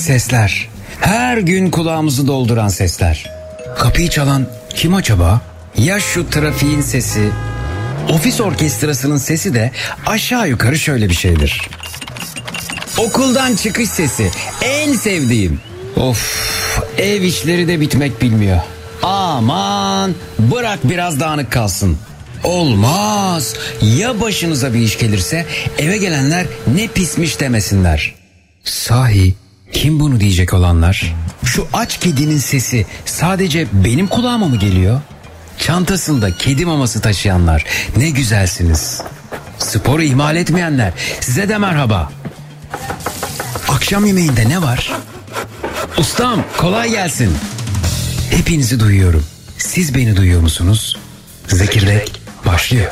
Sesler. Her gün kulağımızı dolduran sesler. Kapıyı çalan kim acaba? Ya şu trafiğin sesi, ofis orkestrasının sesi de aşağı yukarı şöyle bir şeydir. Okuldan çıkış sesi, en sevdiğim. Of, ev işleri de bitmek bilmiyor. Aman, bırak biraz dağınık kalsın. Olmaz. Ya başınıza bir iş gelirse eve gelenler ne pismiş demesinler. Sahi kim bunu diyecek olanlar? Şu aç kedinin sesi sadece benim kulağıma mı geliyor? Çantasında kedi maması taşıyanlar ne güzelsiniz. Sporu ihmal etmeyenler size de merhaba. Akşam yemeğinde ne var? Ustam kolay gelsin. Hepinizi duyuyorum. Siz beni duyuyor musunuz? Zekirdek başlıyor.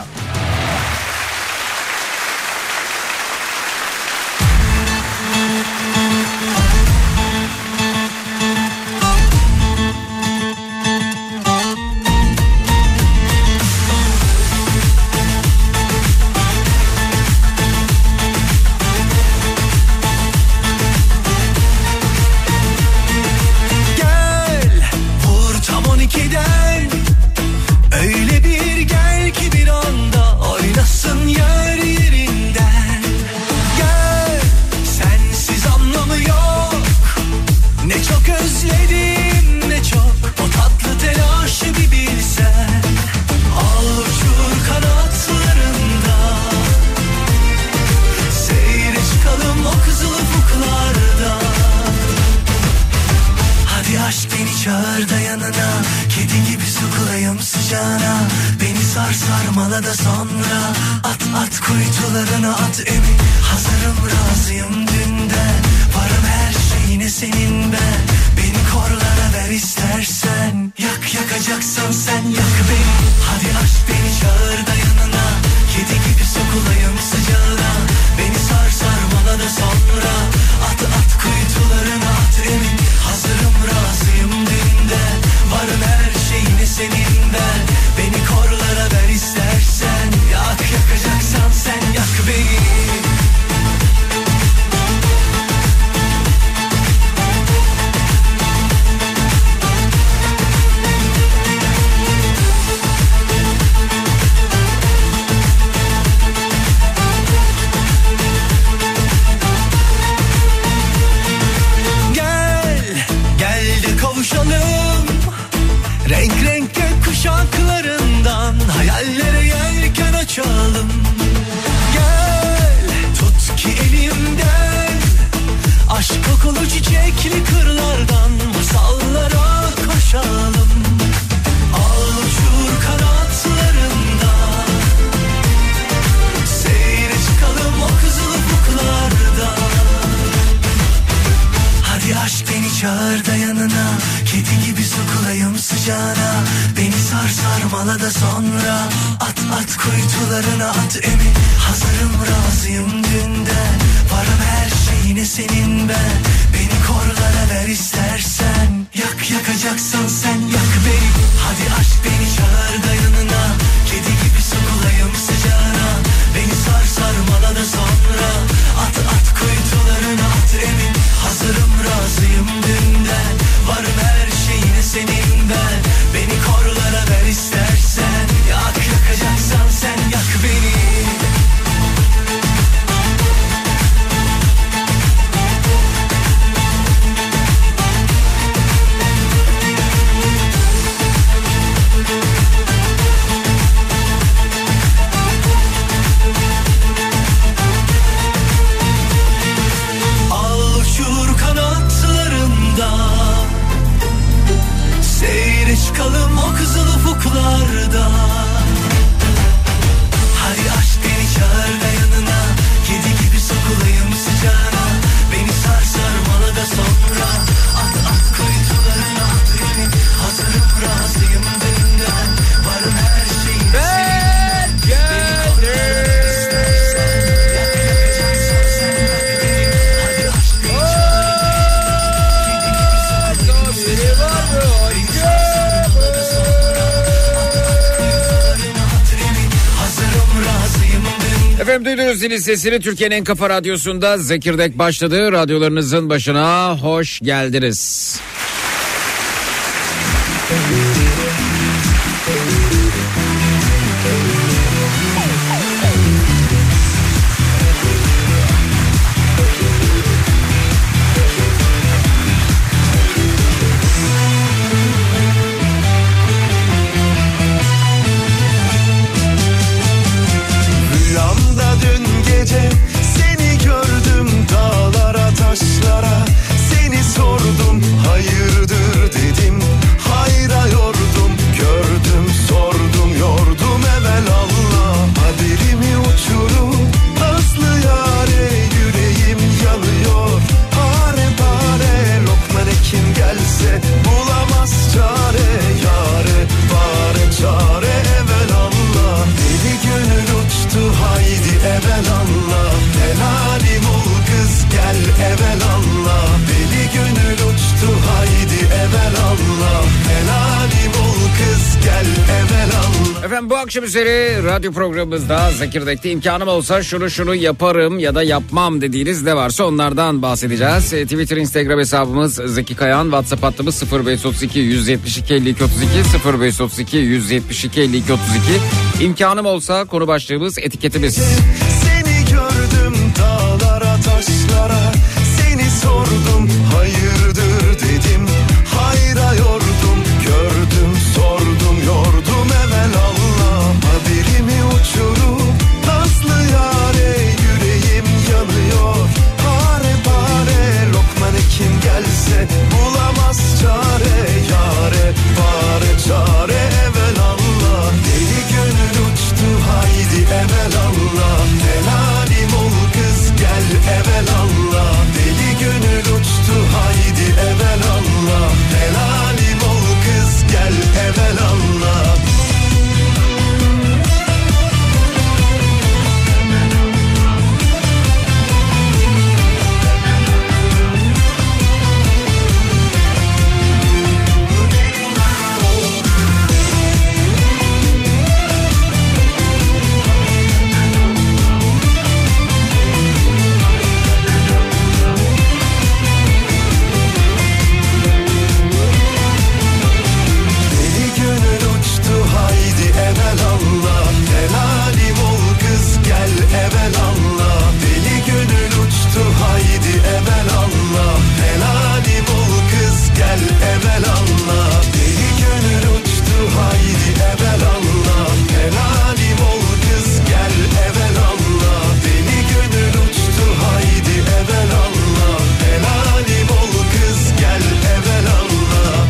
Efendim duydunuz zilin sesini, Türkiye'nin en kafa radyosunda Zekirdek başladı. Radyolarınızın başına hoş geldiniz. Seni gördüm dağlara taşlara, seni sordum hayırdır dedim, hayra yordum, gördüm sordum yordum evelallah. Haberimi uçurup nazlı yare, yüreğim yanıyor pare pare, lokman kim gelse bulamaz çare, yare pare çare evelallah. Deli gönül uçtu haydi evelallah, helalim ol kız gel evelallah. Deli gönül uçtu haydi evelallah, helalim ol kız gel evelallah. Efendim bu akşam üzeri radyo programımızda Zekirdek'te imkanım olsa şunu yaparım ya da yapmam dediğiniz ne varsa onlardan bahsedeceğiz. Twitter, Instagram hesabımız Zeki Kayan, WhatsApp hattımız 0532 172 52 32 0532 172 52 32. İmkanım olsa konu başlığımız, etiketimiz. Seni gördüm dağlara taşlara, seni sordum hayırdır dedim, hayra yordum, gördüm sordum yordum evelallah. Haberimi uçurup nazlı yare, yüreğim yanıyor pare pare, lokman kim gelse bulamaz çare, yare pare çare evelallah. Deli gönül uçtu haydi evelallah, helalim ol kız gel evelallah. Deli gönül uçtu haydi evelallah, helalim ol kız gel evelallah. Evelallah, helalim ol kız gel evelallah. Deli gönül uçtu haydi evelallah, helalim ol kız gel evelallah. Deli gönül uçtu haydi evelallah, helalim ol kız gel evelallah. Deli gönül uçtu haydi evelallah, helalim ol kız gel evelallah.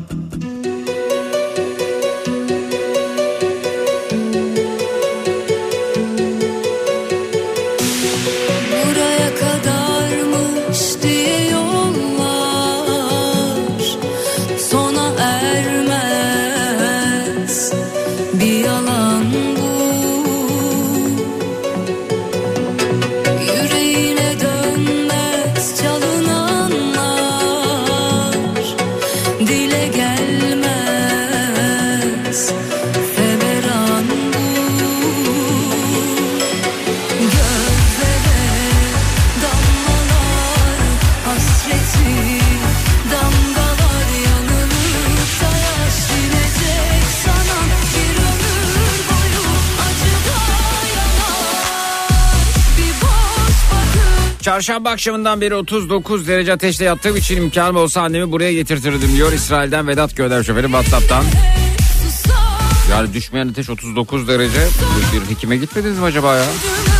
Çarşamba akşamından beri 39 derece ateşte yattığım için imkanım olsa annemi buraya getirtirdim diyor. İsrail'den Vedat göndermiş efendim WhatsApp'tan. Yani düşmeyen ateş 39 derece. Bir hekime gitmediniz mi acaba ya?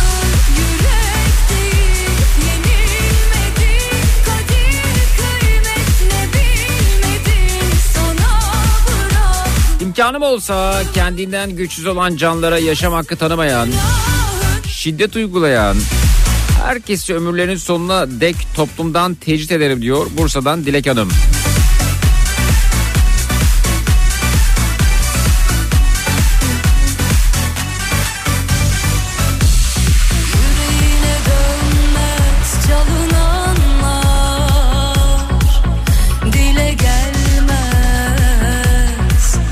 İmkanım olsa kendinden güçsüz olan canlara yaşam hakkı tanımayan, şiddet uygulayan, herkesi ömürlerinin sonuna dek toplumdan tecrit ederim diyor Bursa'dan Dilek Hanım.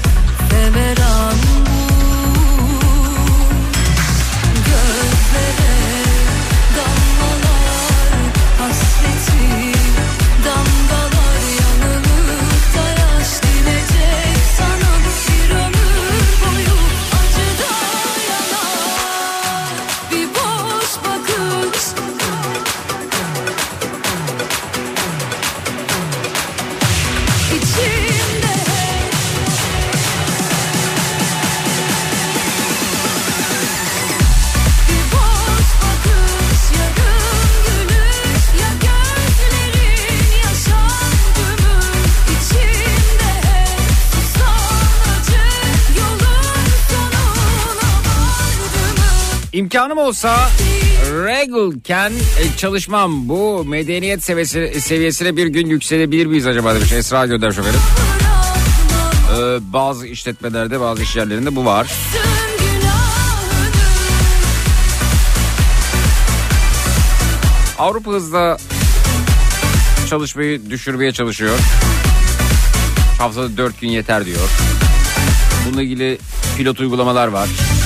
Gözlere İmkanım olsa regalken çalışmam. Bu medeniyet seviyesine bir gün yükselebilir miyiz acaba demiş Esra göndermiş efendim. Bazı işletmelerde, bazı iş yerlerinde bu var. Avrupa hızla çalışmayı düşürmeye çalışıyor. Haftada 4 gün yeter diyor. Bununla ilgili pilot uygulamalar var.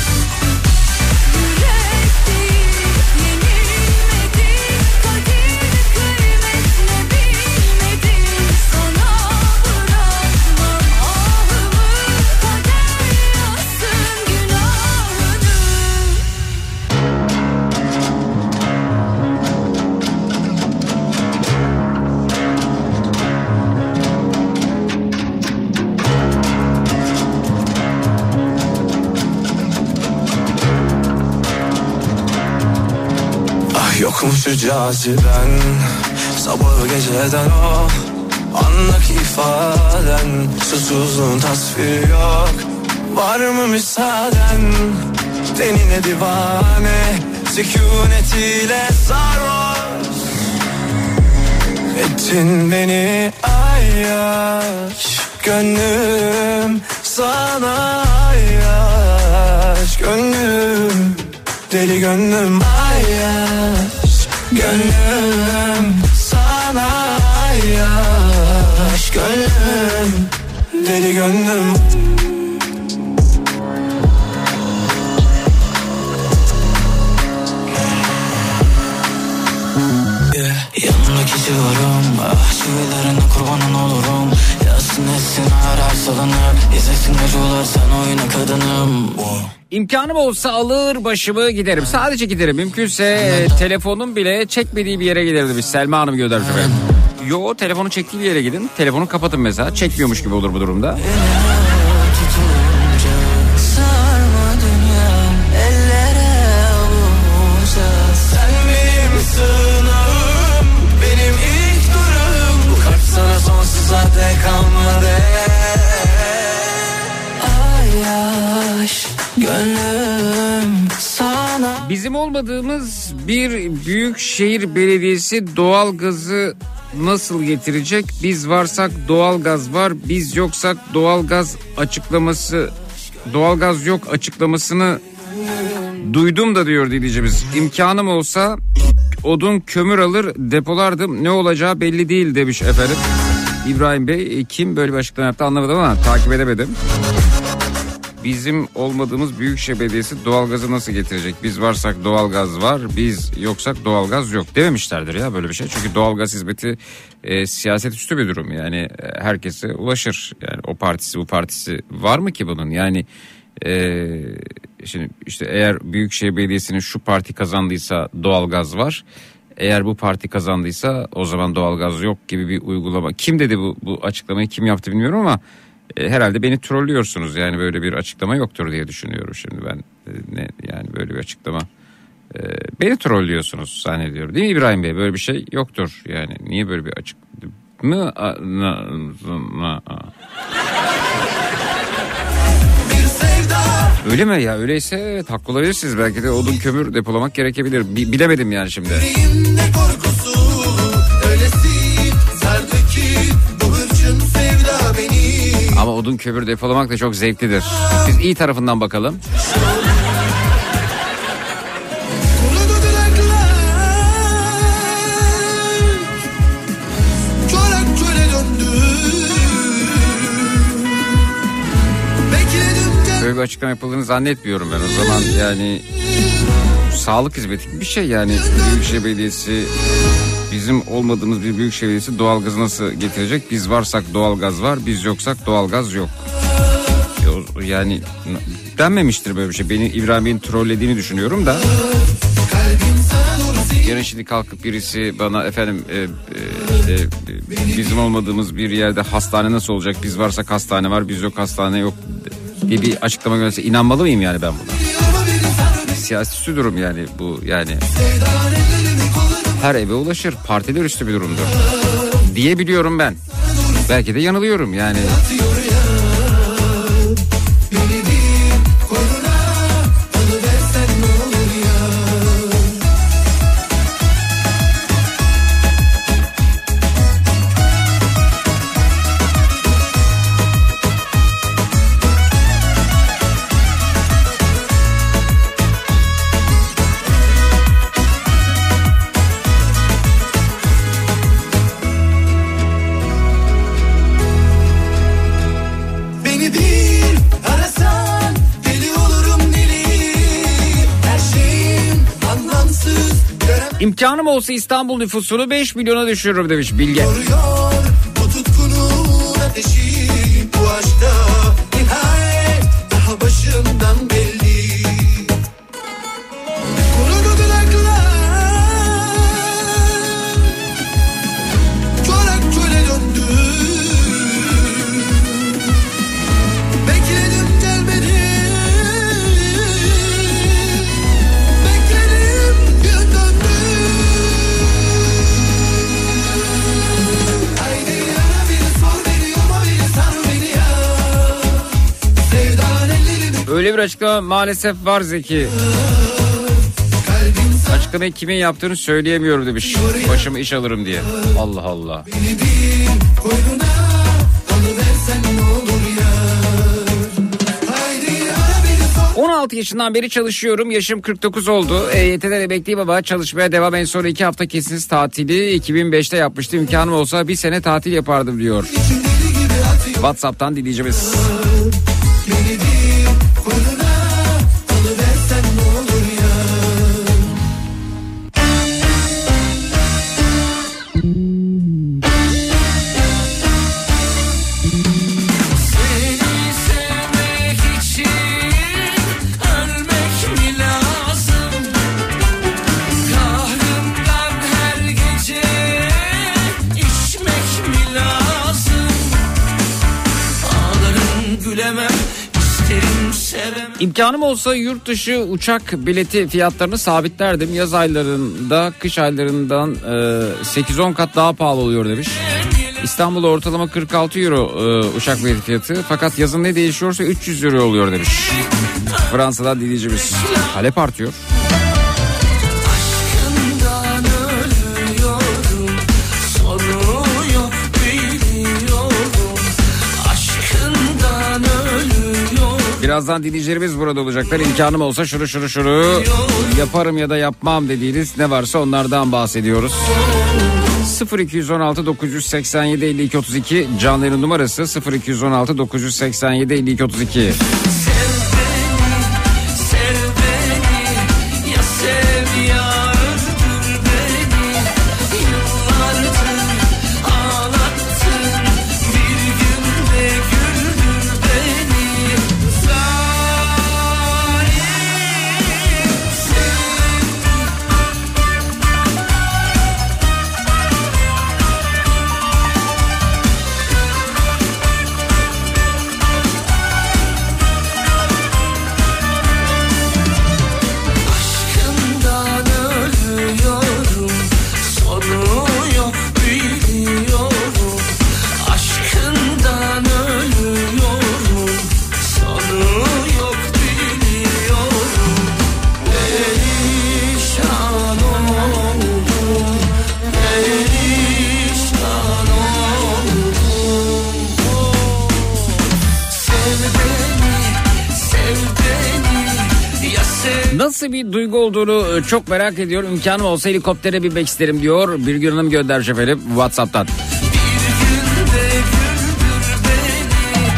Yokmuş caziben, sabahı geceden o anlık ifaden, susuzluğun tasviri yok. Var mı müsaaden, tenine divane, sükunetiyle sarhoş ettin beni ayyaş. Gönlüm sana ayyaş, gönlüm deli gönlüm ayyaş. Gönlüm sana ayyaş, gönlüm deli gönlüm. Yanımda kişiyorum, çivilerine kurbanın olurum. Yazsın etsin arar salınıp, izlesin geceler sen oyuna kadınım. İmkanım olsa alır başımı giderim. Sadece giderim. Mümkünse telefonum bile çekmediği bir yere giderdim. Selma Hanım göndermiş efendim. Yo, telefonu çektiği bir yere gidin. Telefonu kapatın mesela. Çekmiyormuş gibi olur bu durumda. Sen benim sığınağım, benim ilk durum. Bu kalp sana sonsuza dek kalmadı. Ayyaş, gönlüm sana. Bizim olmadığımız bir büyükşehir belediyesi doğalgazı nasıl getirecek? Biz varsak doğalgaz var, biz yoksak doğalgaz açıklaması, doğalgaz yok açıklamasını duydum da diyor dinleyicimiz. İmkanım olsa odun kömür alır depolardım, ne olacağı belli değil demiş efendim. İbrahim Bey kim böyle bir açıklama yaptı anlamadım ama takip edemedim. Bizim olmadığımız Büyükşehir Belediyesi doğalgazı nasıl getirecek? Biz varsak doğalgaz var, biz yoksak doğalgaz yok dememişlerdir ya böyle bir şey. Çünkü doğalgaz hizmeti siyaset üstü bir durum. Yani herkese ulaşır. Yani o partisi bu partisi var mı ki bunun? Yani şimdi işte eğer Büyükşehir Belediyesi'nin şu parti kazandıysa doğalgaz var. Eğer bu parti kazandıysa o zaman doğalgaz yok gibi bir uygulama. Kim dedi bu açıklamayı, kim yaptı bilmiyorum ama herhalde beni trollüyorsunuz. Yani böyle bir açıklama yoktur diye düşünüyorum şimdi ben. Yani böyle bir açıklama. Beni trollüyorsunuz zannediyorum. Değil mi İbrahim Bey? Böyle bir şey yoktur. Yani niye böyle bir açıklama? Öyle mi ya? Öyleyse evet, haklı olabilirsiniz. Belki de odun kömür depolamak gerekebilir. Bilemedim yani şimdi. Korkusu, öylesi, zerdeki, bu hırçın sevda beni. Ama odun kömür depolamak da çok zevklidir. Biz iyi tarafından bakalım. Böyle bir açıklama yapıldığını zannetmiyorum ben o zaman. Yani sağlık hizmeti gibi bir şey yani. Büyükşehir Belediyesi, bizim olmadığımız bir Büyükşehir Belediyesi doğalgazı nasıl getirecek? Biz varsak doğalgaz var, biz yoksak doğalgaz yok. Yani denmemiştir böyle bir şey. Beni İbrahim Bey'in trollediğini düşünüyorum da. Yarın şimdi kalkıp birisi bana efendim bizim olmadığımız bir yerde hastane nasıl olacak? Biz varsak hastane var, biz yok hastane yok diye bir açıklama görürse inanmalı mıyım yani ben buna? Siyasi durum yani bu yani. Her eve ulaşır. Partiler üstü bir durumdur diye biliyorum ben. Belki de yanılıyorum yani. İmkanım olsa İstanbul nüfusunu 5 milyona düşürürüm demiş Bilge. Yoruyor bu tutkunun ateşi, bu aşkta nihayet daha başından belli. Kurudu dudaklar, çorak çöle döndü. Bekledim gelmedi, bekledim gün döndü. Haydi ara beni, sor beni, yorma beni, sar beni ya. Sevdan ellerini Öyle bir açıklama maalesef var Zeki. kalbim sana Açıklamayı kimin yaptığını söyleyemiyorum demiş. Başıma iş alırım diye. Allah Allah. beni bir koynuna alıversen ne olur ya. Haydi ara beni, sor 16 yaşından beri çalışıyorum. Yaşım 49 oldu. EYT'den emekliyim ama çalışmaya devam. En son 2 hafta kesintisiz tatili 2005'te yapmıştım. İmkanım olsa bir sene tatil yapardım diyor. içim deli gibi atıyor. WhatsApp'tan dinleyicimiz. Beni bir koynuna alıversen ne olur ya. Seni sevmek için ölmek mi lazım? Kahrımdan her gece içmek mi lazım? Ağlarım gülemem, isterim sevemem. İmkanım olsa yurt dışı uçak bileti fiyatlarını sabitlerdim. Yaz aylarında, kış aylarından 8-10 kat daha pahalı oluyor demiş. İstanbul'da ortalama 46 euro uçak bileti fiyatı. Fakat yazın ne değişiyorsa 300 euro oluyor demiş. Fransa'dan dinleyicimiz. Talep artıyor. Aşkından ölüyorum, sonu yok biliyorum. Aşkından ölüyorum. Birazdan dinleyicilerimiz burada olacaklar. İmkanım olsa şunu yaparım ya da yapmam dediğiniz ne varsa onlardan bahsediyoruz. 0216 987 52 32 canlı yayın numarası 0216 987 52 32. Sev beni, ya sev ya öldür beni. Yıllardır ağlattın, bir günde güldür beni. Zalim aşkından ölüyorum, sonu yok biliyorum. Aşkından ölüyorum, sonu yok biliyorum. Perişan oldum, perişan oldum. Sev beni, ya sev. Nasıl bir duygu olduğunu çok merak ediyorum. İmkanım olsa helikoptere binmek isterim diyor. Birgül Hanım göndermiş efendim WhatsApp'tan. Bir günde güldür beni,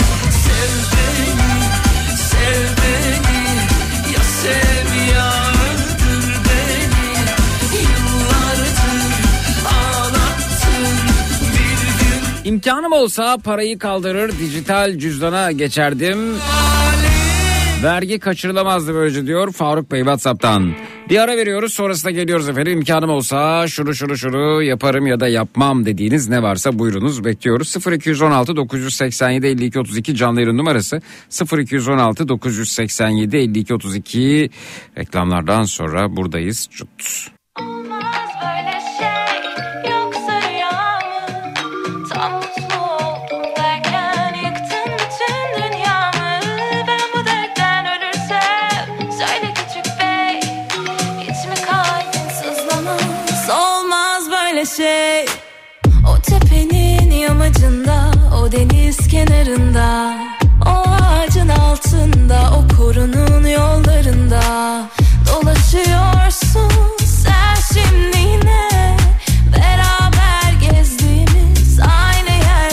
sev beni, ya sev ya öldür beni. Yıllardır ağlattın, bir gün İmkanım olsa parayı kaldırır dijital cüzdana geçerdim. Vergi kaçırılamazdı böylece diyor Faruk Bey WhatsApp'tan. Bir ara veriyoruz, sonrasında geliyoruz efendim. İmkanım olsa şunu yaparım ya da yapmam dediğiniz ne varsa buyurunuz, bekliyoruz. 0216 987 52 32 canlı yayın numarası 0216 987 52 32. Reklamlardan sonra buradayız. Çut. Olmaz böyle şey, yoksa rüya mı? Tam mutlu oldum derken yıktın bütün dünyamı. Ben bu dertten ölürsem söyle küçük bey, hiç mi kalbin sızlamaz? Olmaz böyle şey. O tepenin yamacında, o deniz kenarında, o ağacın altında, o korunun yollarında dolaşıyorsun sen şimdi yine. Beraber gezdiğimiz aynı yer.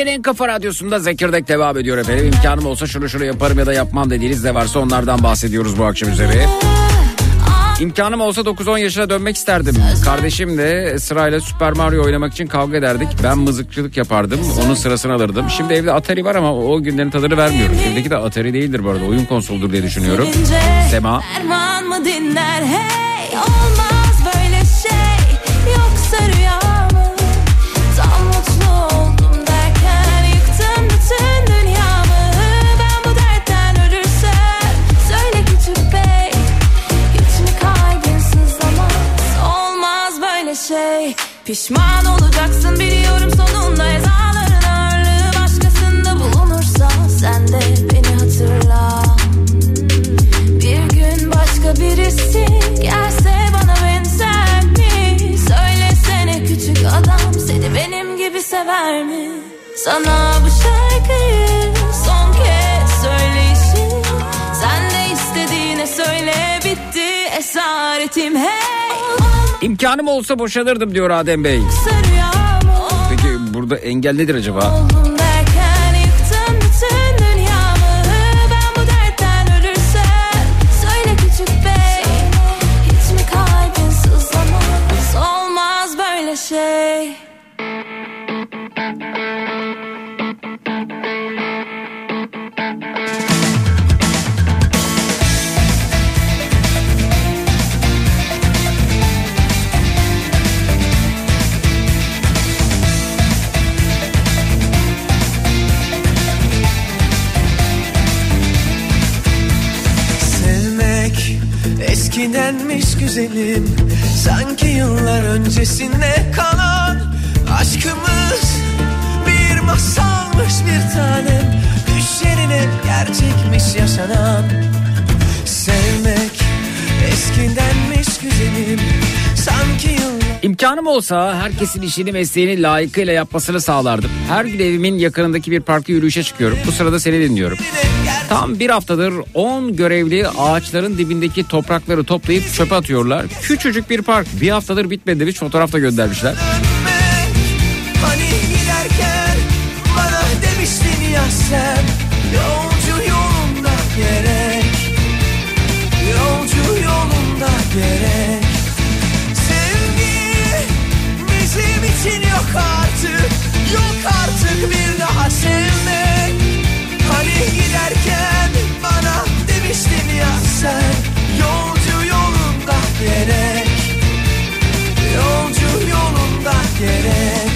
Türkiye'nin en kafa radyosunda Zekirdek devam ediyor efendim. İmkanım olsa şunu yaparım ya da yapmam dediğiniz ne varsa onlardan bahsediyoruz bu akşam üzere. İmkanım olsa 9-10 yaşına dönmek isterdim. Kardeşimle sırayla Super Mario oynamak için kavga ederdik. Ben mızıkçılık yapardım. Onun sırasını alırdım. Şimdi evde Atari var ama o günlerin tadını vermiyorum. Evdeki de Atari değildir bu arada. Oyun konsoludur diye düşünüyorum. Sema. Derman mı dinler hey, olmaz böyle şey, yoksa rüya mı? Tam mutlu oldum derken yıktın bütün dünyamı. Ben bu dertten ölürsem söyle küçük bey, hiç mi kalbin sızlamaz? Olmaz böyle şey. Pişman olacaksın biliyorum sonunda, ezaların ağırlığı başkasında bulunursa sen de beni hatırla. Bir gün başka birisi gelse bana benzer mi? Söylesene küçük adam, seni benim gibi sever mi? Sana bu şarkıyı son kez söyleyişim, sen de istediğine söyle, bitti esaretim hey. İmkanım olsa boşanırdım diyor Adem Bey. Peki burada engel nedir acaba? Oldum derken yıktın bütün dünyamı. Ben bu dertten ölürsem söyle küçük bey, hiç mi kalbin sızlamaz? Olmaz böyle şey. Eskidenmiş güzelim, sanki yıllar öncesinde kalan aşkımız bir masalmış bir tanem, düşlerine gerçekmiş yaşanan. Sevmek eskidenmiş güzelim, sanki yıllar... İmkanım olsa herkesin işini mesleğini layıkıyla yapmasını sağlardım. Her gün evimin yakınındaki bir parkta yürüyüşe çıkıyorum. Bu sırada seni dinliyorum. Tam bir haftadır 10 görevli ağaçların dibindeki toprakları toplayıp çöpe atıyorlar. Küçücük bir park. Bir haftadır bitmedi demiş, fotoğraf da göndermişler. Hani giderken bana demiştin ya sen, yolcu yolunda gerek, yolcu yolunda gerek. Sevgi bizim için yok artık bir daha sevmek. Hani giderken bana demiştin ya sen, yolcu yolunda gerek, yolcu yolunda gerek.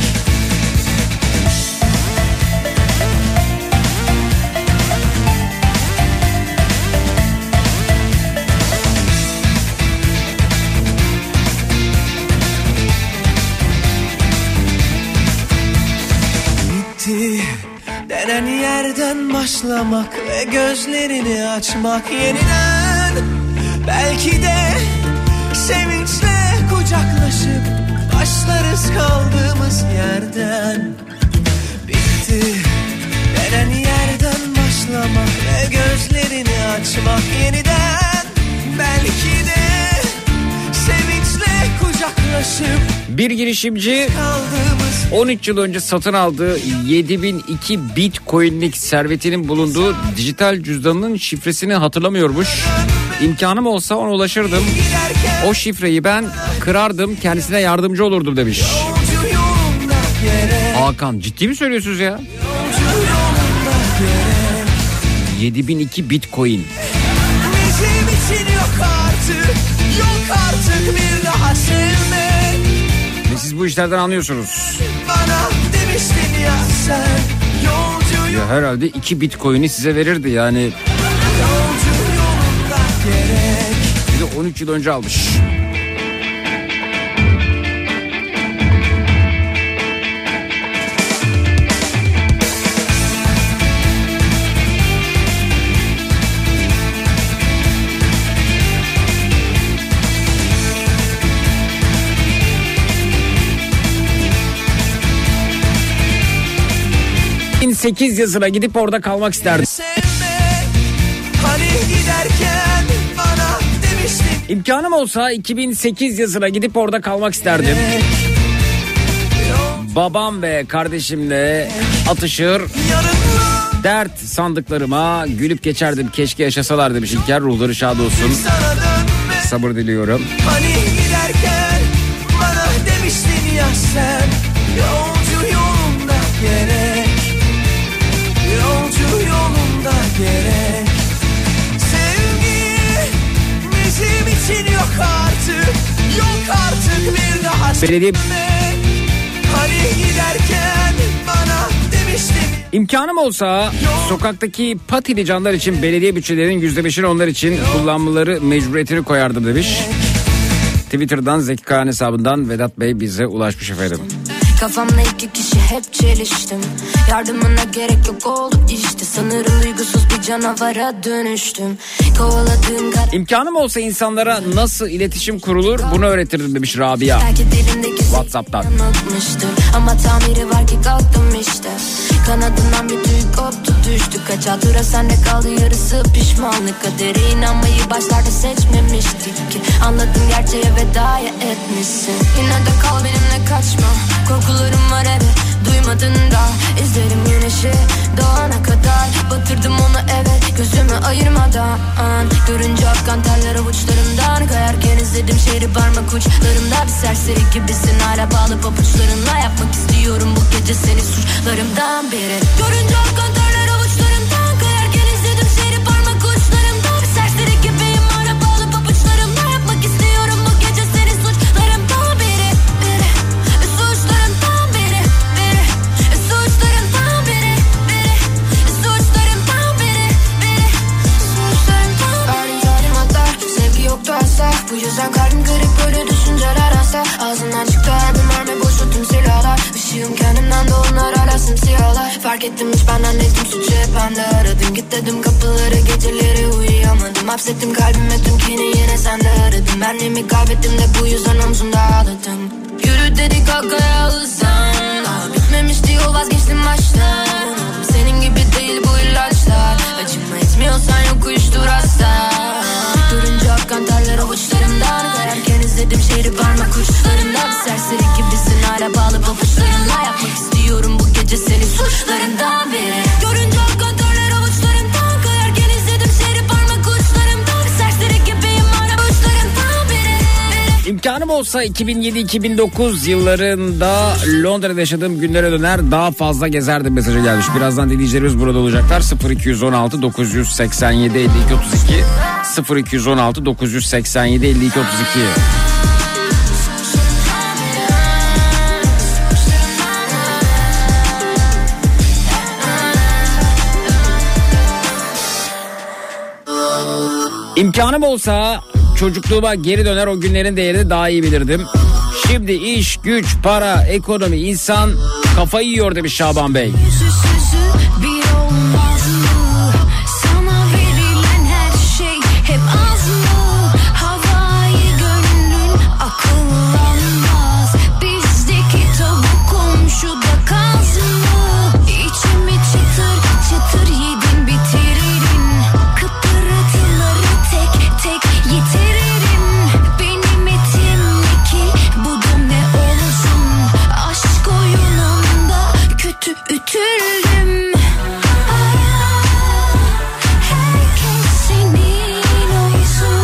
Bitti denen yerden başlamak ve gözlerini açmak yeniden. Belki de sevinçle kucaklaşıp başlarız kaldığımız yerden. Bitti denen yerden başlamak ve gözlerini açmak yeniden. Belki de sevinçle kucaklaşıp Bir girişimci 13 yıl önce satın aldığı 7002 Bitcoin'lik servetinin bulunduğu dijital cüzdanının şifresini hatırlamıyormuş. İmkanım olsa ona ulaşırdım. O şifreyi ben kırardım, kendisine yardımcı olurdum demiş. Hakan, ciddi mi söylüyorsunuz ya? 7002 Bitcoin. bizim için yok artık bir daha sevmek. Ve siz bu işlerden anlıyorsunuz. Bana demiştin ya sen, yolcu Ya herhalde 2 Bitcoin'i size verirdi yani. yolunda gerek. Bir de 13 yıl önce almış. ...8 yazına gidip orada kalmak isterdim. Hani giderken bana demiştin. İmkanım olsa 2008 yazına gidip orada kalmak isterdim. babam ve kardeşimle atışır, dert sandıklarıma gülüp geçerdim. Keşke yaşasalar demiş İlker. Ruhları şad olsun. Sabır diliyorum. Hani giderken bana demiştin ya sen, yolcu yolunda gerek, yolcu yolunda gerek. Sevgi bizim için yok artık, yok artık bir daha Belediye... Hani giderken bana demiştin. İmkanım olsa sokaktaki patili canlar için belediye bütçelerinin %5'ini onlar için kullanmaları mecburiyetini koyardım demiş. Twitter'dan Zeki Kağan hesabından Vedat Bey bize ulaşmış efendim. Kafamla iki kişi hep çeliştim. Yardımına gerek yok oldu işte. Sanırım duygusuz bir canavara dönüştüm. Kovaladığım İmkanım olsa insanlara nasıl iletişim kurulur bunu öğretirdim demiş Rabia. WhatsApp'tan. Ama tamiri var ki kalktım işte. Kanadından bir tüy koptu düştü. Kaç hatıra sende kaldı yarısı pişmanlık. Kadere inanmayı başlarda seçmemiştik ki. Anladım gerçeğe veda etmişsin. Yine de kal benimle kaçma. Korkularım var eve duymadın da. İzlerim güneşi doğana kadar. Batırdım onu evet gözümü ayırmadan. Görünce akkan teller avuçlarımdan. Kayarken izledim şehri parmak uçlarımda. Bir serseri gibisin hala bağlı papuçlarınla. Yapmak istiyorum bu gece seni suçlarımdan biri. Görünce akkan teller avuçlarımdan. Kayarken izledim şehri parmak uçlarımda. Bir serseri gibiyim hala bağlı papuçlarımla. Yapmak istiyorum bu gece seni suçlarımdan biri. Suçlarımdan biri. Suçlarımdan biri. Suçlarımdan biri. Suçlarımdan biri. Zalim atlar sevgi yoktu asla. Bu yüzden kalbim kırık böyle düşünceler asla. Ağzından çıktı her bir mermi boşu tüm silahlar. Işığım kendimden de onlar hala simsiyahlar. Fark ettim hiç benden değildim suçu hep ben de aradım. Git dedim kapıları geceleri uyuyamadım. Hapsettim kalbime tüm kini yine sende aradım. Benliğimi kaybettim de bu yüzden omzumda ağladım. Yürü dedik hakaya hızlan. Bitmemişti yol vazgeçtim baştan. Senin gibi değil bu ilaçlar. Acıma etmiyorsan yok uyuştur hasta. Görünce akkan terler avuçlarımdan. Kayarken izledim şehri parmak uçlarımda. Bir serseri gibisin hala bağlı pabuçlarımla. Yapmak istiyorum bu gece seni suçlarından biri. Görünce akkan terler avuçlarımdan. Kayarken izledim şehri parmak uçlarımda. Bir serseri gibiyim hala uçlarımdan biri. İmkanım olsa 2007-2009 yıllarında Londra'da yaşadığım günlere döner daha fazla gezerdim mesajı gelmiş. Birazdan dinleyicilerimiz burada olacaklar. 0216 987 52 32 0216 987 52 32. İmkanım olsa çocukluğuma geri döner o günlerin değerini daha iyi bilirdim. Şimdi iş, güç, para, ekonomi, insan kafayı yiyor demiş Şaban Bey. Bir olmaz mı? Sana verilen her şey hep az mı? Havayı gönlün akıllanmaz. Bizdeki tabu komşuda kaz mı? İçimi çıtır çıtır yedin bitiririm. Kıpırtıları tek tek yitiririm. Benim etimdeki budum ne olsun? Aşk oyununda kötü ütüldüm. Herkes senin olsun.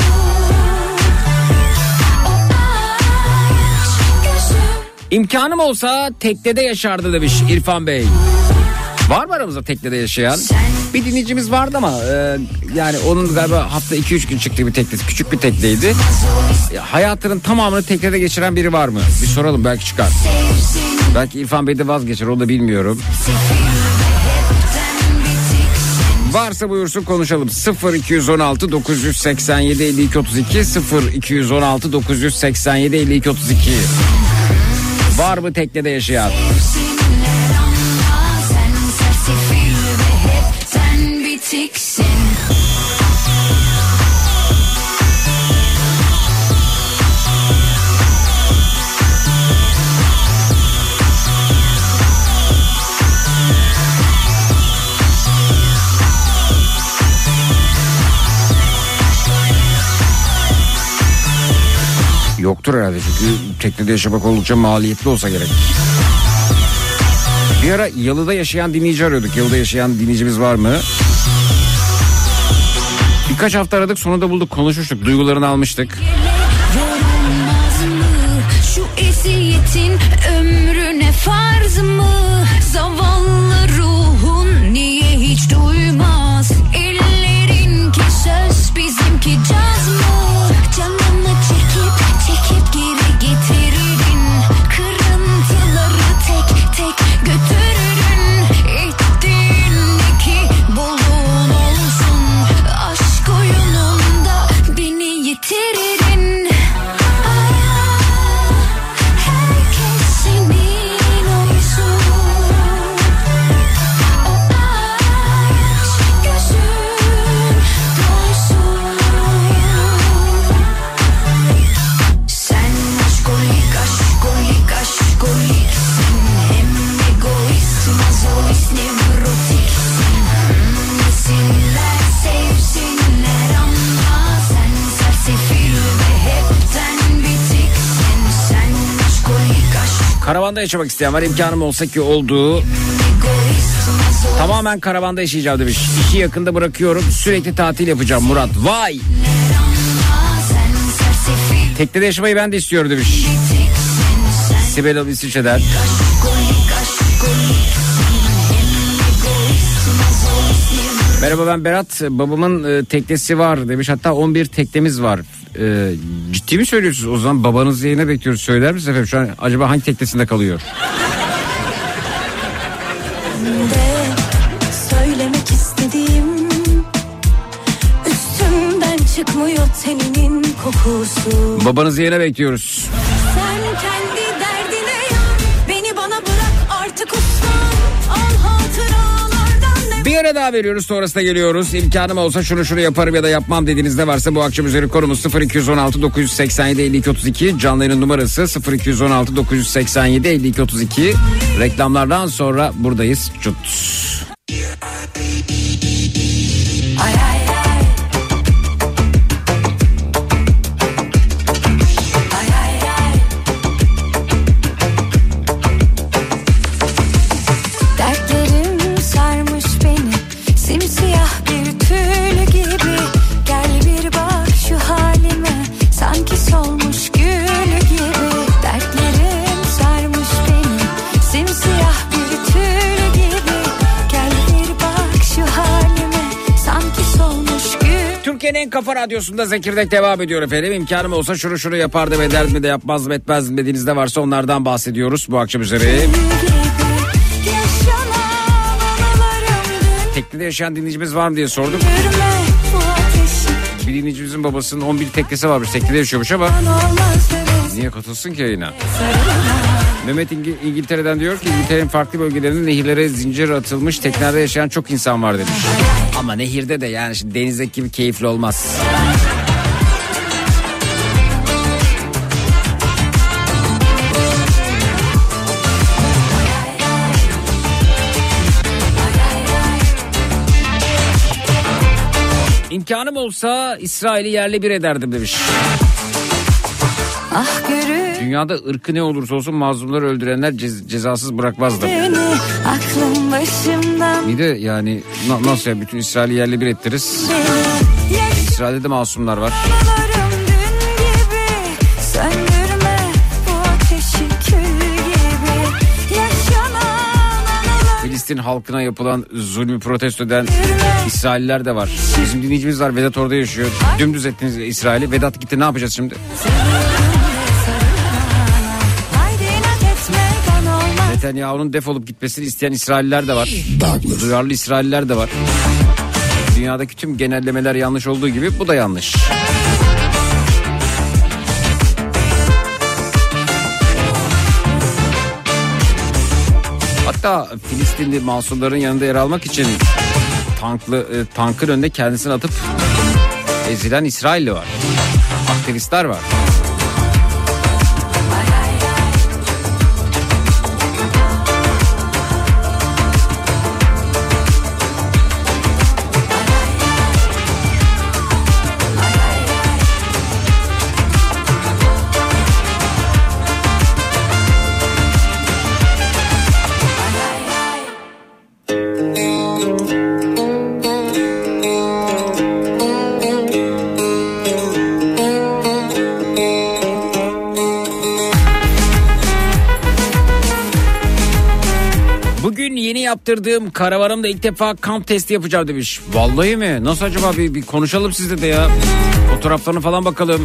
O aç gözüm. İmkanım olsa teknede yaşardı demiş İrfan Bey. Var mı aramızda teknede yaşayan? Bir dinleyicimiz vardı ama yani onun galiba hafta 2-3 gün çıktığı bir teknesi. Küçük bir tekneydi. Hayatının tamamını teknede geçiren biri var mı? Bir soralım belki çıkar. Belki İrfan Bey de vazgeçer onu da bilmiyorum. Varsa buyursun konuşalım. 0216 987 52 32 0216 987 52 32. Var mı teknede yaşayan? Sen sersefil ve hepten bitiksin. Yoktur herhalde çünkü teknede yaşamak oldukça maliyetli olsa gerek. Bir ara Yalı'da yaşayan dinleyici arıyorduk. Yalı'da yaşayan dinleyicimiz var mı? Birkaç hafta aradık, sonunda bulduk, konuşmuştuk, duygularını almıştık. Yorulmaz mı şu eziyetin ömrüne farz mı? Zavallı ruhun niye hiç duymaz? Ellerinki söz bizimki caz mı? Canımı çekip geri getiririn. Kırıntıları tek tek götürürün. Ettiğin ki bulun olsun. Aşk oyununda beni yitiririn. Herkes senin oysun. O aç gözün doysun. Sen aşkolik aşkoliksin. Hem egoist mazoist nevrotiksin. Yesinler sevsinler ama sen sersefil ve hepten bitiksin. Sen aşkolik Karavanda yaşamak isteyen var, imkanım olsa ki olduğu. egoist mazoist Tamamen karavanda yaşayacağım demiş. İşi yakında bırakıyorum, sürekli tatil yapacağım Murat. Vay! ama sen sersefil Teknede yaşamayı ben de istiyorum demiş. bitiksin. Sen Sibel Hanım İsviçre'den. aşkolik aşkoliksin. Hem egoist mazoist nevrotiksin. Merhaba, ben Berat. Babamın teknesi var demiş. Hatta 11 teknemiz var. Ciddi mi söylüyorsunuz? O zaman babanızı yayına bekliyoruz. Söyler misiniz efendim? Şu an acaba hangi teknesinde kalıyor? De söylemek istediğim üstümden çıkmıyor teninin kokusu. Babanızı yayına bekliyoruz. Sen kendi derdine yan, beni bana bırak artık ustam. Al hatıralardan ne Bir ara daha veriyoruz, sonrasında geliyoruz. İmkanım olsa şunu yaparım ya da yapmam dediğiniz ne varsa bu akşam üzeri konumuz 0216 987 52 32. Canlı yayın numarası 0216 987 52 32. Reklamlardan sonra buradayız. Cut. ay ay ay. Ay ay ay. Dertlerim sarmış beni simsiyah bir tül gibi. Gel bir bak şu halime, sanki solmuş gül gibi. Dertlerim sarmış beni simsiyah bir tül gibi. Gel bir bak şu halime, sanki solmuş gül. Türkiye'nin en kafa radyosunda Zekirdek devam ediyor efendim. İmkanım olsa şunu yapardım, ederdim de yapmazdım etmezdim dediğiniz ne varsa onlardan bahsediyoruz bu akşam üzeri. Teknede yaşayan dinleyicimiz var mı diye sorduk. Bir dinleyicimizin babasının 11 teknesi varmış, teknede yaşıyormuş ama niye katılsın ki yayına? Mehmet İngiltere'den diyor ki İngiltere'nin farklı bölgelerinde nehirlere zincir atılmış teknelerde yaşayan çok insan var demiş. Ama nehirde de yani şimdi denizdeki gibi keyifli olmaz. İmkanım olsa İsrail'i yerle bir ederdim demiş. Ah görür Dünyada ırkı ne olursa olsun mazlumları öldürenler cezasız bırakmazdı. beni, aklım başımdan Bir de yani nasıl ya, bütün İsrail'i yerle bir ettiririz. beni. İsrail'de de masumlar var. Yaşamalarım dün gibi, söndürme bu ateşi kül gibi. Yaşanan anılar Filistin halkına yapılan zulmü protesto eden İsrailliler de var. Bizim dinleyicimiz var, Vedat orada yaşıyor. Dümdüz ettiniz İsrail'i. Vedat gitti, ne yapacağız şimdi? haydi inat etme bana olmaz. Netanyahu'nun defolup gitmesini isteyen İsrailliler de var. Duyarlı İsrailliler de var. Dünyadaki tüm genellemeler yanlış olduğu gibi bu da yanlış. Hatta Filistinli masumların yanında yer almak için tankın önüne kendisini atıp ezilen İsrailli var. Aktivistler var. yaptırdığım karavanımda ilk defa kamp testi yapacağım demiş. Vallahi mi? Nasıl acaba? Bir konuşalım sizle de ya. Fotoğraflarına falan bakalım.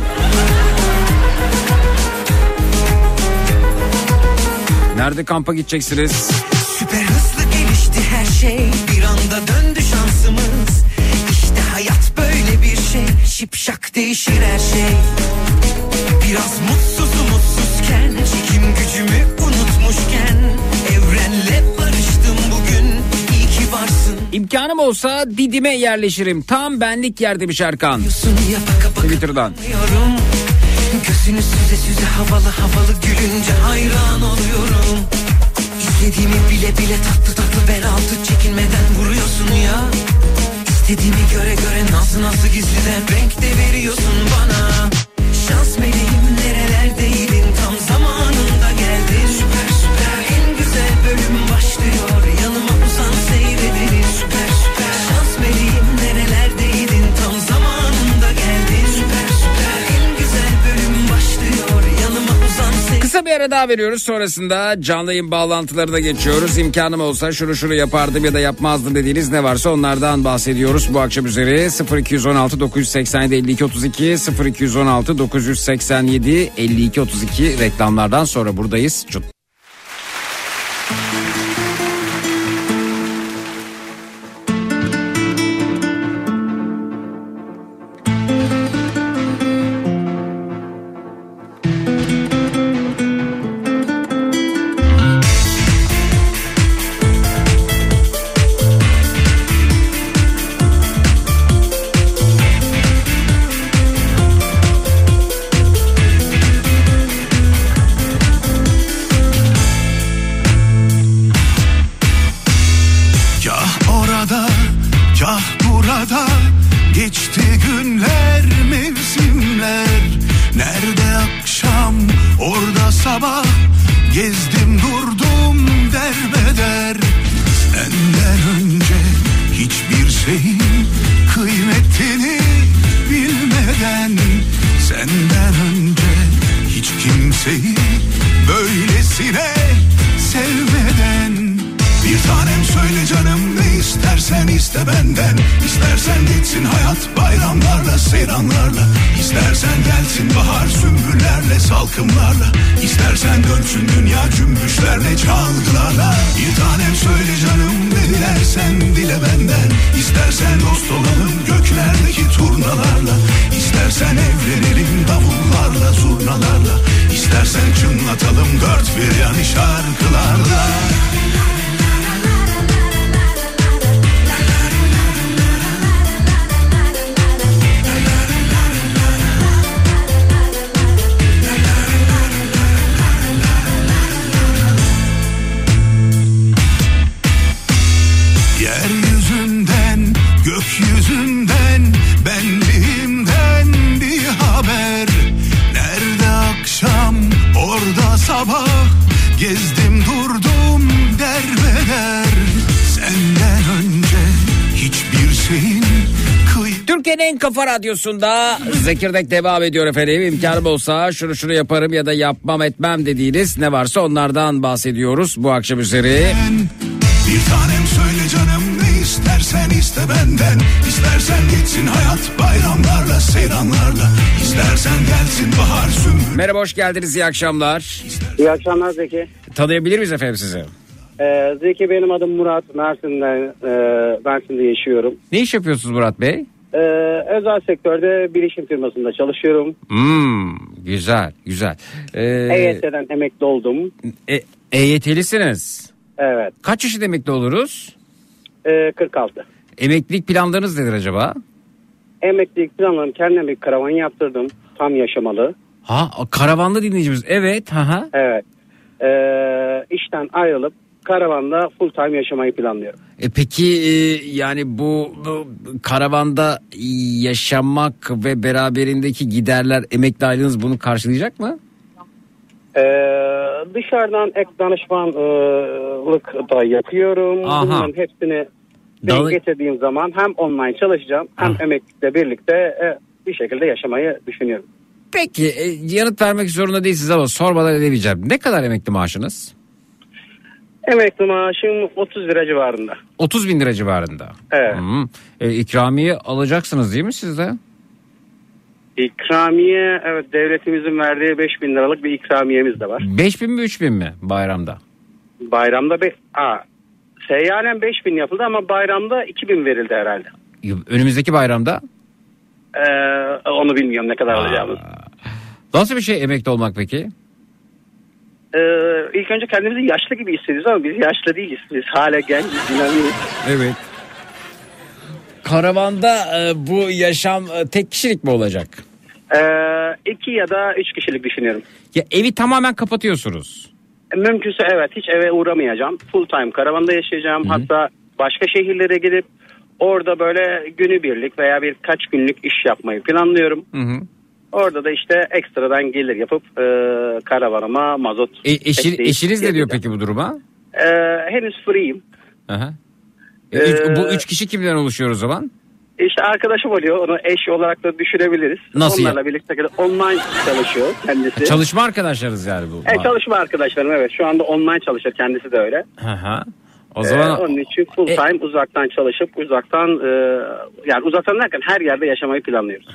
Nerede kampa gideceksiniz? Süper hızlı gelişti her şey, bir anda döndü şansımız. İşte hayat böyle bir şey, şipşak değişir her şey. Biraz mutsuzken, çekim gücümü unutmuşken, evrenle barıştım bugün, iyi ki varsın. İmkanım olsa Didim'e yerleşirim. Tam benlik yer demiş Erkan. Twitter'dan. Gözünü süze havalı gülünce hayran oluyorum. İstediğimi bile tatlı ben altı çekinmeden vuruyorsun ya. İstediğimi göre nazlı gizliden renk de veriyorsun bana. Şans meleğim nerelerdeydin, tam zamanında geldin. Süper en güzel bölüm başlıyor, yanıma uzan seyredelim. Süper şans meleğim nerelerdeydin, tam zamanında geldin. Süper en güzel bölüm başlıyor, yanıma uzan seyredelim. Kısa bir ara daha veriyoruz, sonrasında canlı yayın bağlantılarına geçiyoruz. İmkanım olsa şunu yapardım ya da yapmazdım dediğiniz ne varsa onlardan bahsediyoruz bu akşam üzeri. 0216 987 52 32 0216 987 52 32 reklamlardan sonra buradayız. Geçti günler, mevsimler. Nerede akşam, orada sabah. Gezdim durdum derbeder. Senden önce hiçbir şeyin kıymetini bilmeden, senden önce hiç kimseyi böylesine sevmeden. Bir tanem söyle canım, ne istersen iste benden. İstersen geçsin hayat bayramlarla, seyranlarla. İstersen gelsin bahar sümbüllerle, salkımlarla. İstersen dönsün dünya cümbüşlerle, çalgılarla. Bir tanem söyle canım, ne dilersen dile benden. İstersen dost olalım göklerdeki turnalarla. İstersen evlenelim davullarla, zurnalarla. İstersen çınlatalım dört bir yanı şarkılarla. Yeryüzünden, gökyüzünden, benliğimden bir haber. Nerede akşam, orada sabah. Gezdim durdum derbeder. Senden önce hiçbir şeyin Türkiye'nin en kafa radyosunda Zekirdek devam ediyor efendim. İmkanım olsa şunu yaparım ya da yapmam etmem dediğiniz ne varsa onlardan bahsediyoruz bu akşam üzeri. Bir tanem söyle canım, ne istersen iste benden. İstersen geçsin hayat bayramlarla, seyranlarla. İstersen gelsin bahar sümbül. Merhaba, hoş geldiniz, iyi akşamlar. İyi akşamlar Zeki. Tanıyabilir miyiz efendim sizi? Zeki, benim adım Murat. Mersin'de yaşıyorum. Ne iş yapıyorsunuz Murat Bey? Özel sektörde bilişim firmasında çalışıyorum. Güzel. EYT'den emekli oldum. EYT'lisiniz. Evet. Kaç yaşında emekli oluruz? 46. Emeklilik planlarınız nedir acaba? Emeklilik planlarım, kendime bir karavan yaptırdım. Tam yaşamalı. Karavanlı dinleyicimiz. Evet. Evet. İşten ayrılıp karavanda full time yaşamayı planlıyorum. Peki yani bu karavanda yaşamak ve beraberindeki giderler, emekli aylığınız bunu karşılayacak mı? Dışarıdan ek danışmanlık da yapıyorum. Bunların hepsini getirdiğim zaman hem online çalışacağım hem emeklilikle birlikte bir şekilde yaşamayı düşünüyorum. Peki yanıt vermek zorunda değilsiniz ama sormadan edemeyeceğim. Ne kadar emekli maaşınız? Emekli maaşım 30 lira civarında. 30 bin lira civarında. Evet. İkramiye alacaksınız değil mi siz de? İkramiye, evet, devletimizin verdiği 5 bin liralık bir ikramiyemiz de var. 5 bin mi 3 bin mi bayramda? Bayramda seyyanen 5 bin yapıldı ama bayramda 2 bin verildi herhalde. Önümüzdeki bayramda? Onu bilmiyorum ne kadar alacağımız. Nasıl bir şey emekli olmak peki? İlk önce kendimizi yaşlı gibi hissediyoruz ama biz yaşlı değiliz. Biz hala genciz, dinamiyiz. Evet. Karavanda bu yaşam tek kişilik mi olacak? 2 ya da 3 kişilik düşünüyorum. Ya evi tamamen kapatıyorsunuz. Mümkünse evet, hiç eve uğramayacağım. Full time karavanda yaşayacağım. Hı-hı. Hatta başka şehirlere gidip orada böyle günübirlik veya birkaç günlük iş yapmayı planlıyorum. Hı-hı. Orada da işte ekstradan gelir yapıp karavanıma mazot. Eşiniz ne diyor peki bu duruma? Henüz free'yim. Aha. Bu 3 kişi kimden oluşuyor o zaman? İşte arkadaşım oluyor. Onu eş olarak da düşünebiliriz. Nasıl? Onlarla birlikte online çalışıyor kendisi. Çalışma arkadaşlarız yani bu. Çalışma arkadaşlarım, evet. Şu anda online çalışır, kendisi de öyle. Hı. O zaman onun için full time uzaktan çalışıp uzaktan yani uzaktan derken her yerde yaşamayı planlıyoruz.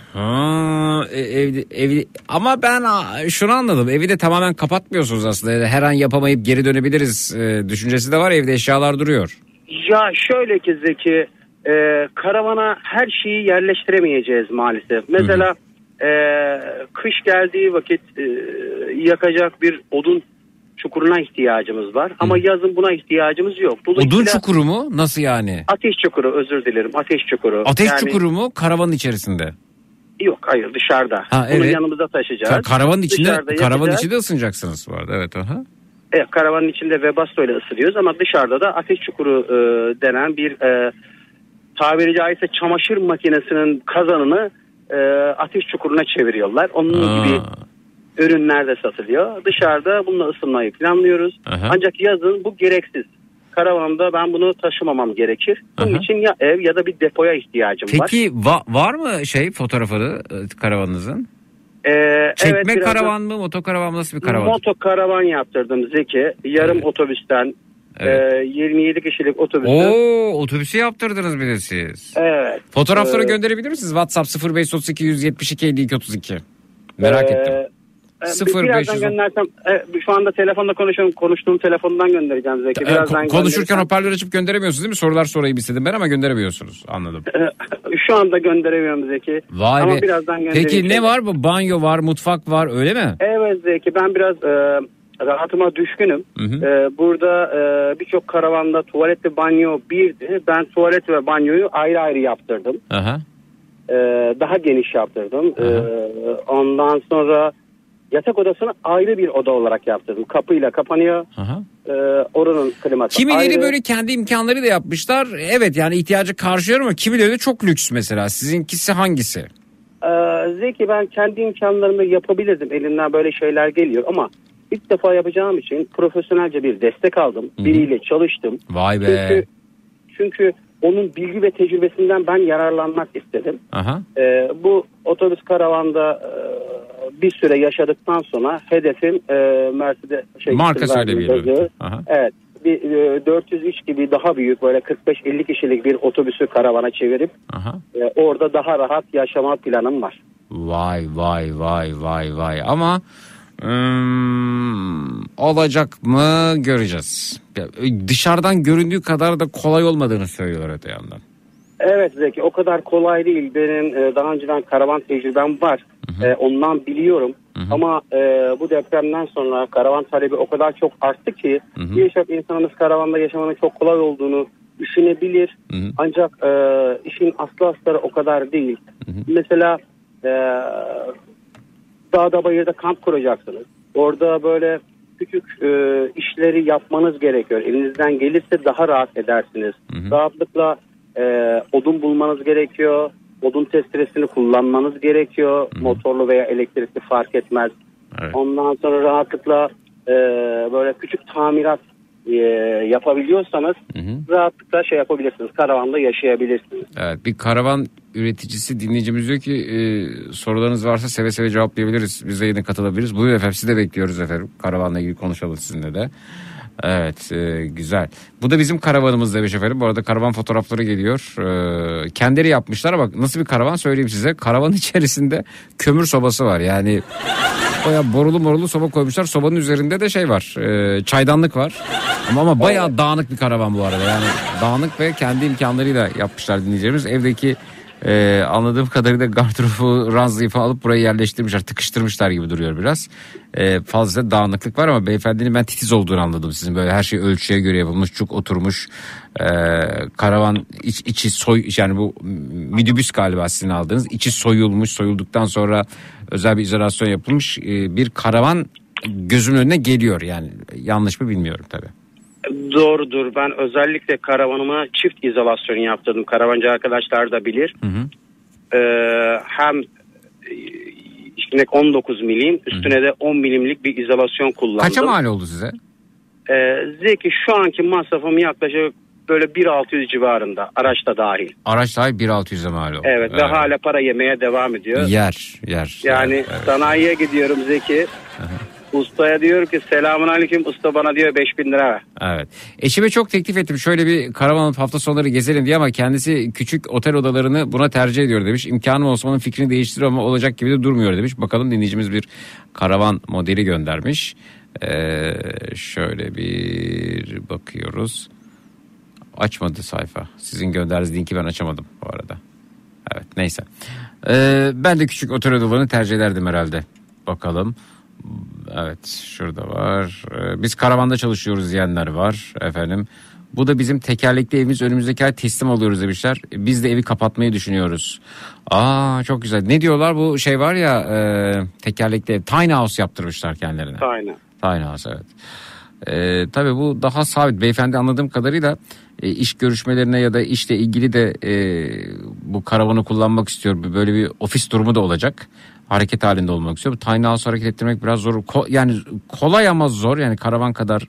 Evi ama ben şunu anladım. Evi de tamamen kapatmıyorsunuz aslında. Yani her an yapamayıp geri dönebiliriz düşüncesi de var. Evde eşyalar duruyor. Ya şöyle ki Zeki, karavana her şeyi yerleştiremeyeceğiz maalesef. Mesela kış geldiği vakit yakacak bir odun çukuruna ihtiyacımız var. Ama yazın buna ihtiyacımız yok. Odun çukuru mu? Nasıl yani? Ateş çukuru, özür dilerim. Ateş çukuru. Ateş çukuru mu? Karavanın içerisinde? Yok, hayır, dışarıda. Bunu yanımıza taşıyacağız. Karavanın içinde ısınacaksınız bu arada. Evet. Aha. Evet, karavanın içinde Webasto ile ısınıyoruz ama dışarıda da ateş çukuru denen bir tabiri caizse çamaşır makinesinin kazanını ateş çukuruna çeviriyorlar. Onun gibi ürünler de satılıyor. Dışarıda bununla ısınmayı planlıyoruz. Aha. Ancak yazın bu gereksiz. Karavanda ben bunu taşımamam gerekir. Bunun için ya ev ya da bir depoya ihtiyacım var. Peki var mı fotoğrafı karavanınızın? Çekme karavan mı, motokaravan, nasıl bir karavan? Motokaravan yaptırdım Zeki. Yarım otobüsten. Evet. 27 kişilik otobüsü. Otobüsü yaptırdınız bir de siz. Evet. Fotoğrafları gönderebilir misiniz? WhatsApp 0532 172 52 32. Merak ettim. Birazdan göndersem, şu anda telefonda konuştuğum telefondan göndereceğim Zeki. Birazdan konuşurken hoparlör açıp gönderemiyorsunuz değil mi? Sorular sorayım istedim ben ama gönderemiyorsunuz. Anladım. Şu anda gönderemiyorum Zeki. Vay ama be. Birazdan göndereceğim. Peki ne var bu? Banyo var, mutfak var, öyle mi? Evet Zeki, ben biraz rahatıma düşkünüm. Burada birçok karavanda tuvalet ve banyo birdi. Ben tuvalet ve banyoyu ayrı ayrı yaptırdım. Aha. Daha geniş yaptırdım. Ondan sonra yatak odasını ayrı bir oda olarak yaptırdım. Kapıyla kapanıyor. Oranın kliması kimileri ayrı. Böyle kendi imkanları da yapmışlar. Evet, yani ihtiyacı karşılıyor ama kimileri de çok lüks mesela. Sizinkisi hangisi? Zeki, ben kendi imkanlarımı yapabilirdim. Elimden böyle şeyler geliyor ama ilk defa yapacağım için profesyonelce bir destek aldım. Biriyle çalıştım. Vay be. Çünkü onun bilgi ve tecrübesinden ben yararlanmak istedim. Bu otobüs karavanda bir süre yaşadıktan sonra hedefim Mercedes marka söyleyebilirim. Evet. Bir 403 gibi daha büyük, böyle 45-50 kişilik bir otobüsü karavana çevirip orada daha rahat yaşama planım var. Vay ama olacak mı göreceğiz. Dışarıdan göründüğü kadar da kolay olmadığını söylüyorlar öte yandan. Evet Zeki, o kadar kolay değil. Benim daha önceden karavan tecrübem var. Ondan biliyorum. Ama bu depremden sonra karavan talebi o kadar çok arttı ki birçok insanımız karavanda yaşamanın çok kolay olduğunu düşünebilir. Ancak işin aslı astarı o kadar değil. Mesela dağda bayırda kamp kuracaksınız. Orada böyle küçük işleri yapmanız gerekiyor. Elinizden gelirse daha rahat edersiniz. Rahatlıkla odun bulmanız gerekiyor. Odun testeresini kullanmanız gerekiyor. Motorlu veya elektrikli fark etmez. Evet. Ondan sonra rahatlıkla böyle küçük tamirat yapabiliyorsanız rahatlıkla yapabilirsiniz. Karavanda yaşayabilirsiniz. Evet, bir karavan üreticisi dinleyicimiz diyor ki sorularınız varsa seve seve cevaplayabiliriz. Biz de yine katılabiliriz. Buyurun efendim, sizi de bekliyoruz efendim. Karavanla ilgili konuşalım sizinle de. Evet, güzel. Bu da bizim karavanımız demiş efendim. Bu arada karavan fotoğrafları geliyor. Kendileri yapmışlar ama nasıl bir karavan söyleyeyim size. Karavanın içerisinde kömür sobası var. Yani bayağı borulu soba koymuşlar. Sobanın üzerinde de şey var. Çaydanlık var. Ama bayağı dağınık bir karavan bu arada. Yani dağınık ve kendi imkanlarıyla yapmışlar dinleyeceğimiz. Evdeki anladığım kadarıyla gardırobu, ranzayı falan alıp buraya yerleştirmişler. Tıkıştırmışlar gibi duruyor biraz. Fazla dağınıklık var ama beyefendinin ben titiz olduğunu anladım. Sizin böyle her şey ölçüye göre yapılmış, çok oturmuş. Karavan içi yani bu minibüs galiba sizin aldığınız. İçi soyulmuş, soyulduktan sonra özel bir izolasyon yapılmış bir karavan gözümün önüne geliyor. Yani yanlış mı bilmiyorum tabii. Doğrudur. Ben özellikle karavanıma çift izolasyon yaptırdım. Karavancı arkadaşlar da bilir. Hı hı. Hem 19 milim üstüne de 10 milimlik bir izolasyon kullandım. Kaça mal oldu size? Zeki şu anki masrafım yaklaşık böyle 1.600 civarında. Araç da dahil. Araç dahil 1.600'e mal oldu. Evet ve hala para yemeye devam ediyor. Yer. Yani evet. Sanayiye gidiyorum Zeki. Ustaya diyor ki selamünaleyküm, usta bana diyor 5.000 lira ver. Evet. Eşime çok teklif ettim şöyle bir karavan alıp hafta sonları gezelim diye ama kendisi küçük otel odalarını buna tercih ediyor demiş. İmkanım olsa onun fikrini değiştirir ama olacak gibi de durmuyor demiş. Bakalım dinleyicimiz bir karavan modeli göndermiş. Şöyle bir bakıyoruz. Açmadı sayfa. Sizin gönderdiğiniz linki ben açamadım bu arada. Evet neyse. Ben de küçük otel odalarını tercih ederdim herhalde. Bakalım. Evet şurada var. Biz karavanda çalışıyoruz diyenler var efendim. Bu da bizim tekerlekli evimiz, önümüzdeki ay teslim oluyoruz demişler. Biz de evi kapatmayı düşünüyoruz. Çok güzel. Ne diyorlar bu şey var ya tekerlekli ev, tiny house yaptırmışlar kendilerine. Tiny house evet. Tabii bu daha sabit. Beyefendi anladığım kadarıyla iş görüşmelerine ya da işle ilgili de bu karavanı kullanmak istiyor. Böyle bir ofis durumu da olacak. Hareket halinde olmak istiyor. Bu tiny house hareket ettirmek biraz zor. Yani kolay ama zor. Yani karavan kadar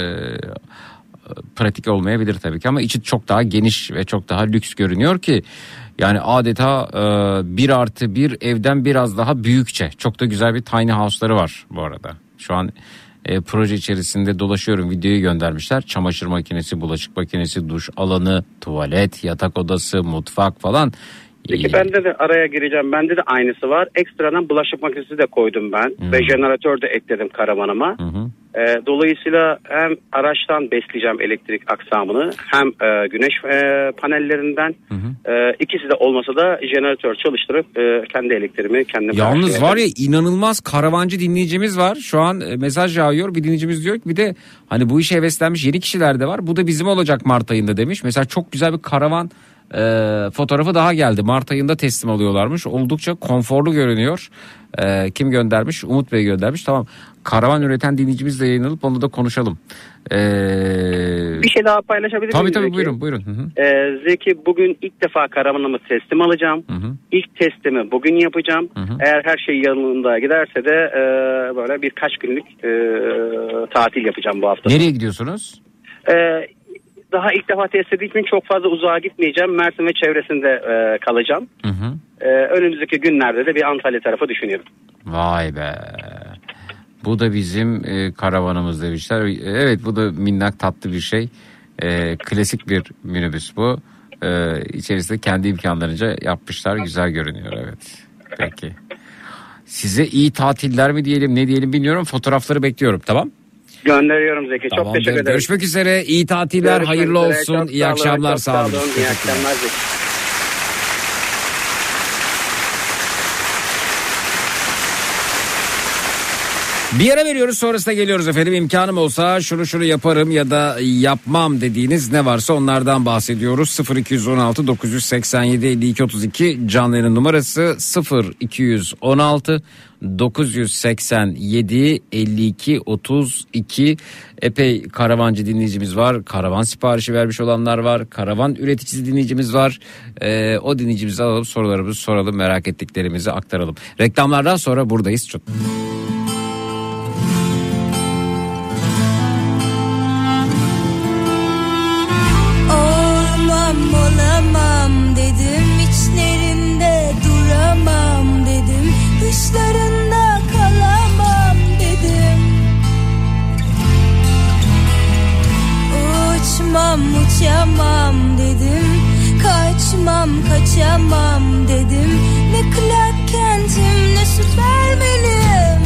pratik olmayabilir tabii ki. Ama içi çok daha geniş ve çok daha lüks görünüyor ki. Yani adeta 1+1 evden biraz daha büyükçe. Çok da güzel bir tiny house'ları var bu arada. Şu an proje içerisinde dolaşıyorum, videoyu göndermişler. Çamaşır makinesi, bulaşık makinesi, duş alanı, tuvalet, yatak odası, mutfak falan. Peki bende de araya gireceğim. Bende de aynısı var. Ekstradan bulaşık makinesi de koydum ben. Ve jeneratör de ekledim karavanıma. Dolayısıyla hem araçtan besleyeceğim elektrik aksamını hem güneş panellerinden. İkisi de olmasa da jeneratör çalıştırıp kendi elektriğimi kendim. Yalnız var ya inanılmaz karavancı dinleyicimiz var. Şu an mesaj yağıyor. Bir dinleyicimiz diyor ki bir de hani bu işe heveslenmiş yeni kişiler de var. Bu da bizim olacak Mart ayında demiş. Mesela çok güzel bir karavan fotoğrafı daha geldi. Mart ayında teslim alıyorlarmış. Oldukça konforlu görünüyor. Kim göndermiş? Umut Bey göndermiş. Tamam. Karavan üreten dinleyicimizle yayınlanıp onu da konuşalım. Bir şey daha paylaşabilir miyim? Tabii buyurun. Zeki bugün ilk defa karavanımı teslim alacağım. İlk testimi bugün yapacağım. Eğer her şey yanında giderse de böyle birkaç günlük tatil yapacağım bu hafta. Nereye gidiyorsunuz? Daha ilk defa test ettiğim için çok fazla uzağa gitmeyeceğim. Mersin ve çevresinde kalacağım. Önümüzdeki günlerde de bir Antalya tarafa düşünüyorum. Vay be. Bu da bizim karavanımız demişler. Evet bu da minnak tatlı bir şey. Klasik bir minibüs bu. İçerisinde kendi imkanlarınca yapmışlar. Güzel görünüyor evet. Peki. Size iyi tatiller mi diyelim ne diyelim bilmiyorum. Fotoğrafları bekliyorum tamam. Gönderiyorum Zeki. Tamamdır. Çok teşekkür ederim. Görüşmek üzere. İyi tatiller. Görüşmek hayırlı üzere. olsun. Çok İyi akşamlar. Sağ olun. İyi akşamlar Zeki. Bir ara veriyoruz sonrasında geliyoruz efendim. İmkanım olsa şunu yaparım ya da yapmam dediğiniz ne varsa onlardan bahsediyoruz. 0216 987 52 32 canlı yayın numarası 0216 987 52 32. Epey karavancı dinleyicimiz var. Karavan siparişi vermiş olanlar var. Karavan üreticisi dinleyicimiz var. O dinleyicimizi alalım, sorularımızı soralım, merak ettiklerimizi aktaralım. Reklamlardan sonra buradayız. Çok olamam dedim, içlerinde duramam dedim, dışlarında kalamam dedim. yaşamam dedim. Ne Clark Kent'im ne Superman'im.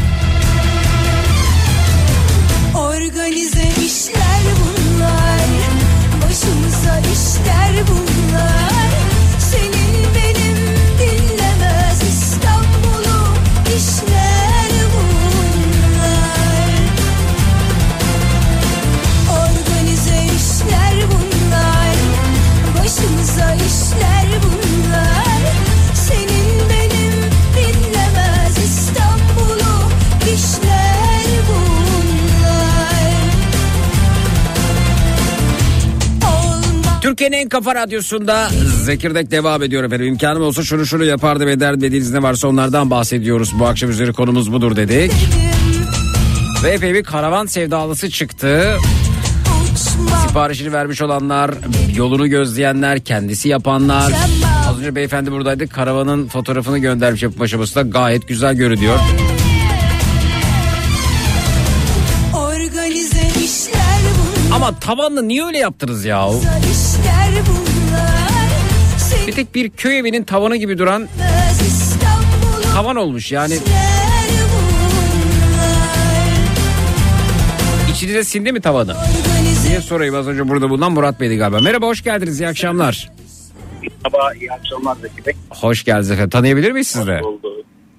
Organize işler bunlar, başımıza işler bunlar. Senin benim dinlemez İstanbul'u işler bunlar. Organize işler bunlar, başımıza işler bunlar. Senin benim dinlemez İstanbul'u işler bunlar. Olmaz. Türkiye'nin en kafa radyosunda Zekirdek devam ediyor efendim. İmkanım olsa şunu yapardım ederdim dediğiniz ne varsa onlardan bahsediyoruz. Bu akşam üzeri konumuz budur dedik. Ve epey bir karavan sevdalısı çıktı. Siparişini vermiş olanlar, yolunu gözleyenler, kendisi yapanlar. Az önce beyefendi buradaydı. Karavanın fotoğrafını göndermiş yapım aşamasında, gayet güzel görünüyor. Organize işler bunlar. Ama tavanını niye öyle yaptınız ya? İşler bunlar. Bir tek bir köy evinin tavanı gibi duran Sevmez İstanbul'u tavan olmuş yani. işler bunlar. İçine de sindi mi tavanı? Organize Niye sorayım, az önce burada bulunan Murat Bey'di galiba. Merhaba, hoş geldiniz, iyi akşamlar. Merhaba, iyi akşamlar Zeki Bey. Hoş geldiniz efendim. Tanıyabilir miyiz sizi de? Oldu.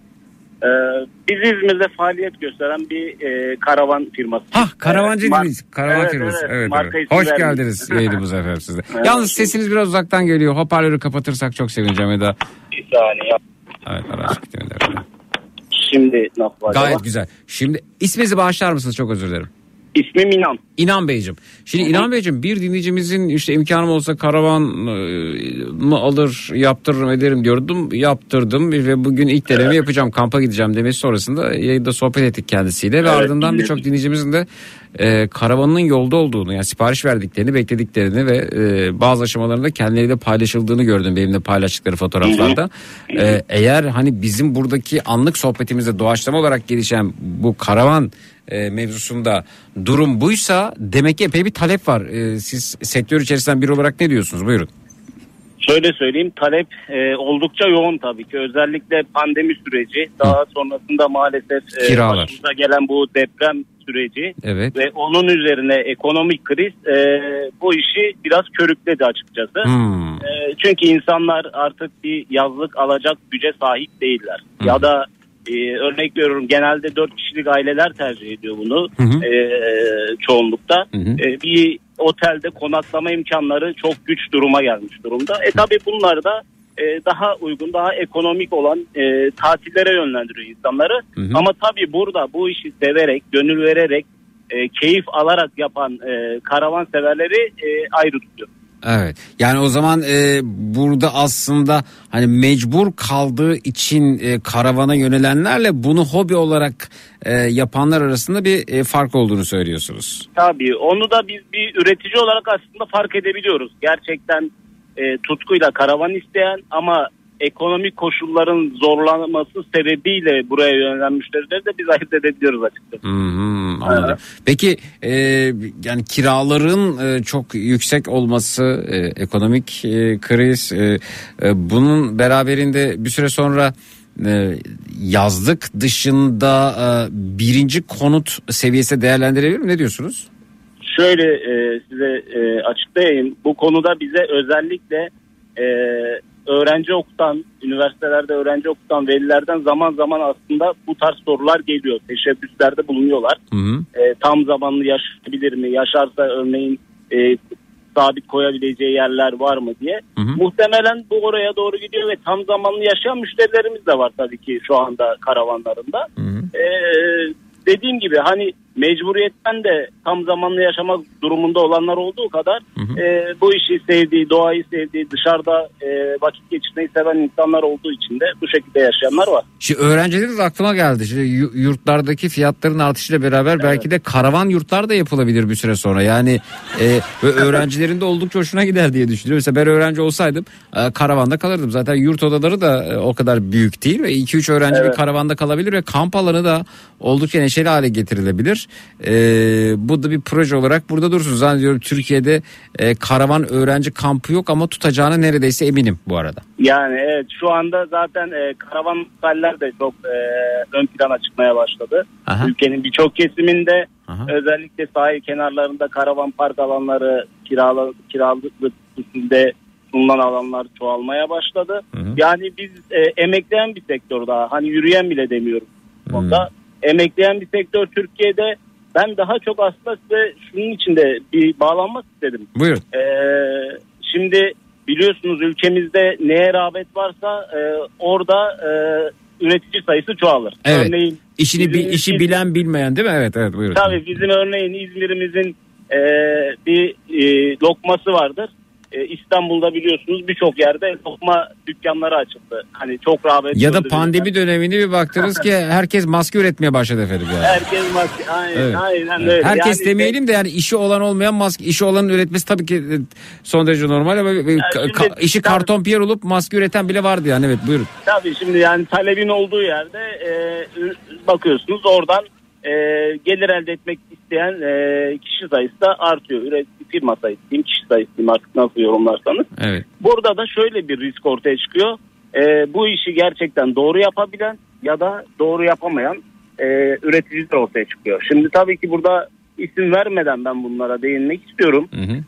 Biz İzmir'de faaliyet gösteren bir karavan firması. Karavancı Mar- değiliz. Karavan Evet, firması. evet. Evet, Marka evet. ismi Hoş vermeyeyim. geldiniz yayınımıza efendim size. Evet. Yalnız sesiniz biraz uzaktan geliyor. Hoparlörü kapatırsak çok sevineceğim ya da. Bir saniye. Evet, araç gidiyor efendim. Şimdi nasıl acaba? Gayet güzel. Şimdi isminizi bağışlar mısınız? Çok özür dilerim. İsmim İnan. İnan Beyciğim. Şimdi İnan Beyciğim, bir dinleyicimizin işte imkanım olsa karavan mı alır yaptırırım ederim diyordum. Yaptırdım ve bugün ilk deneme yapacağım, kampa gideceğim demesi sonrasında yayında sohbet ettik kendisiyle ve Evet, ardından dinledim. birçok dinleyicimizin de karavanının yolda olduğunu, yani sipariş verdiklerini, beklediklerini ve bazı aşamalarında kendileriyle paylaşıldığını gördüm benimle paylaştıkları fotoğraflarda. Eğer hani bizim buradaki anlık sohbetimizde doğaçlama olarak gelişen bu karavan mevzusunda durum buysa demek ki epey bir talep var. Siz sektör içerisinden biri olarak ne diyorsunuz? Buyurun. Şöyle söyleyeyim, talep oldukça yoğun tabii ki. Özellikle pandemi süreci, daha sonrasında maalesef Kiralar. başımıza gelen bu deprem süreci Evet. ve onun üzerine ekonomik kriz bu işi biraz körükledi açıkçası. Çünkü insanlar artık bir yazlık alacak güce sahip değiller. Ya da örnek veriyorum, genelde 4 kişilik aileler tercih ediyor bunu çoğunlukta. Bir otelde konaklama imkanları çok güç duruma gelmiş durumda. Tabii bunlar da daha uygun, daha ekonomik olan tatillere yönlendiriyor insanları. Ama tabii burada bu işi severek, gönül vererek, keyif alarak yapan karavan severleri ayrı tutuyor. Evet. Yani o zaman burada aslında hani mecbur kaldığı için karavana yönelenlerle bunu hobi olarak yapanlar arasında bir fark olduğunu söylüyorsunuz. Tabii onu da biz bir üretici olarak aslında fark edebiliyoruz. Gerçekten tutkuyla karavan isteyen ama ekonomik koşulların zorlanması sebebiyle buraya yönelen müşterileri de biz ayırt edebiliyoruz açıkçası. Anladım. Evet. Peki yani kiraların çok yüksek olması, ekonomik kriz, bunun beraberinde bir süre sonra yazlık dışında birinci konut seviyesi değerlendirebilir mi? Ne diyorsunuz? Şöyle size açıklayayım. Bu konuda bize özellikle öğrenci okutan, üniversitelerde öğrenci okutan velilerden zaman zaman aslında bu tarz sorular geliyor. Teşebbüslerde bulunuyorlar. Tam zamanlı yaşayabilir mi? Yaşarsa örneğin sabit koyabileceği yerler var mı diye. Muhtemelen bu oraya doğru gidiyor ve tam zamanlı yaşayan müşterilerimiz de var tabii ki şu anda karavanlarında. Dediğim gibi hani mecburiyetten de tam zamanlı yaşamak durumunda olanlar olduğu kadar bu işi sevdiği, doğayı sevdiği, dışarıda vakit geçirmeyi seven insanlar olduğu için de bu şekilde yaşayanlar var. Şimdi öğrencileriniz aklıma geldi. Şimdi yurtlardaki fiyatların artışıyla beraber belki de karavan yurtlar da yapılabilir bir süre sonra. Yani ve öğrencilerin de oldukça hoşuna gider diye düşünüyorum. Mesela ben öğrenci olsaydım karavanda kalırdım. Zaten yurt odaları da o kadar büyük değil ve 2-3 öğrenci bir karavanda kalabilir ve kamp alanı da oldukça neşeli hale getirilebilir. var. Bu da bir proje olarak burada dursun. Zannediyorum Türkiye'de karavan öğrenci kampı yok ama tutacağına neredeyse eminim bu arada. Yani evet, şu anda zaten karavan oteller de çok ön plana çıkmaya başladı. Aha. Ülkenin birçok kesiminde özellikle sahil kenarlarında karavan park alanları kiralık usulde sunulan alanlar çoğalmaya başladı. Hı hı. Yani biz emekleyen bir sektör daha, hani yürüyen bile demiyorum. Onda emekleyen bir sektör Türkiye'de. Ben daha çok aslında size şunun içinde bir bağlanmak istedim. Buyurun. Şimdi biliyorsunuz ülkemizde neye rağbet varsa orada üretici sayısı çoğalır. Evet. Örneğin işi bilen bilmeyen değil mi? Evet buyurun. Tabii bizim örneğin İzmir'imizin bir lokması vardır. İstanbul'da biliyorsunuz birçok yerde lokma dükkanları açıldı. Hani çok rağbet. Ya da pandemi döneminde bir baktınız ki herkes maske üretmeye başladı efendim. Yani. Herkes maske. Aynen öyle. Herkes yani demeyelim de yani işi olan olmayan maske, işi olanın üretmesi tabii ki son derece normal ama işi karton piyer olup maske üreten bile vardı yani. Evet buyurun. Tabii şimdi yani talebin olduğu yerde bakıyorsunuz oradan gelir elde etmek isteyen kişi sayısı da artıyor. Firma sayısı diyeyim, kişi sayısı diyeyim, artık nasıl yorumlarsanız. Evet. Burada da şöyle bir risk ortaya çıkıyor. Bu işi gerçekten doğru yapabilen ya da doğru yapamayan üreticiler ortaya çıkıyor. Şimdi tabii ki burada isim vermeden ben bunlara değinmek istiyorum. Hı hı.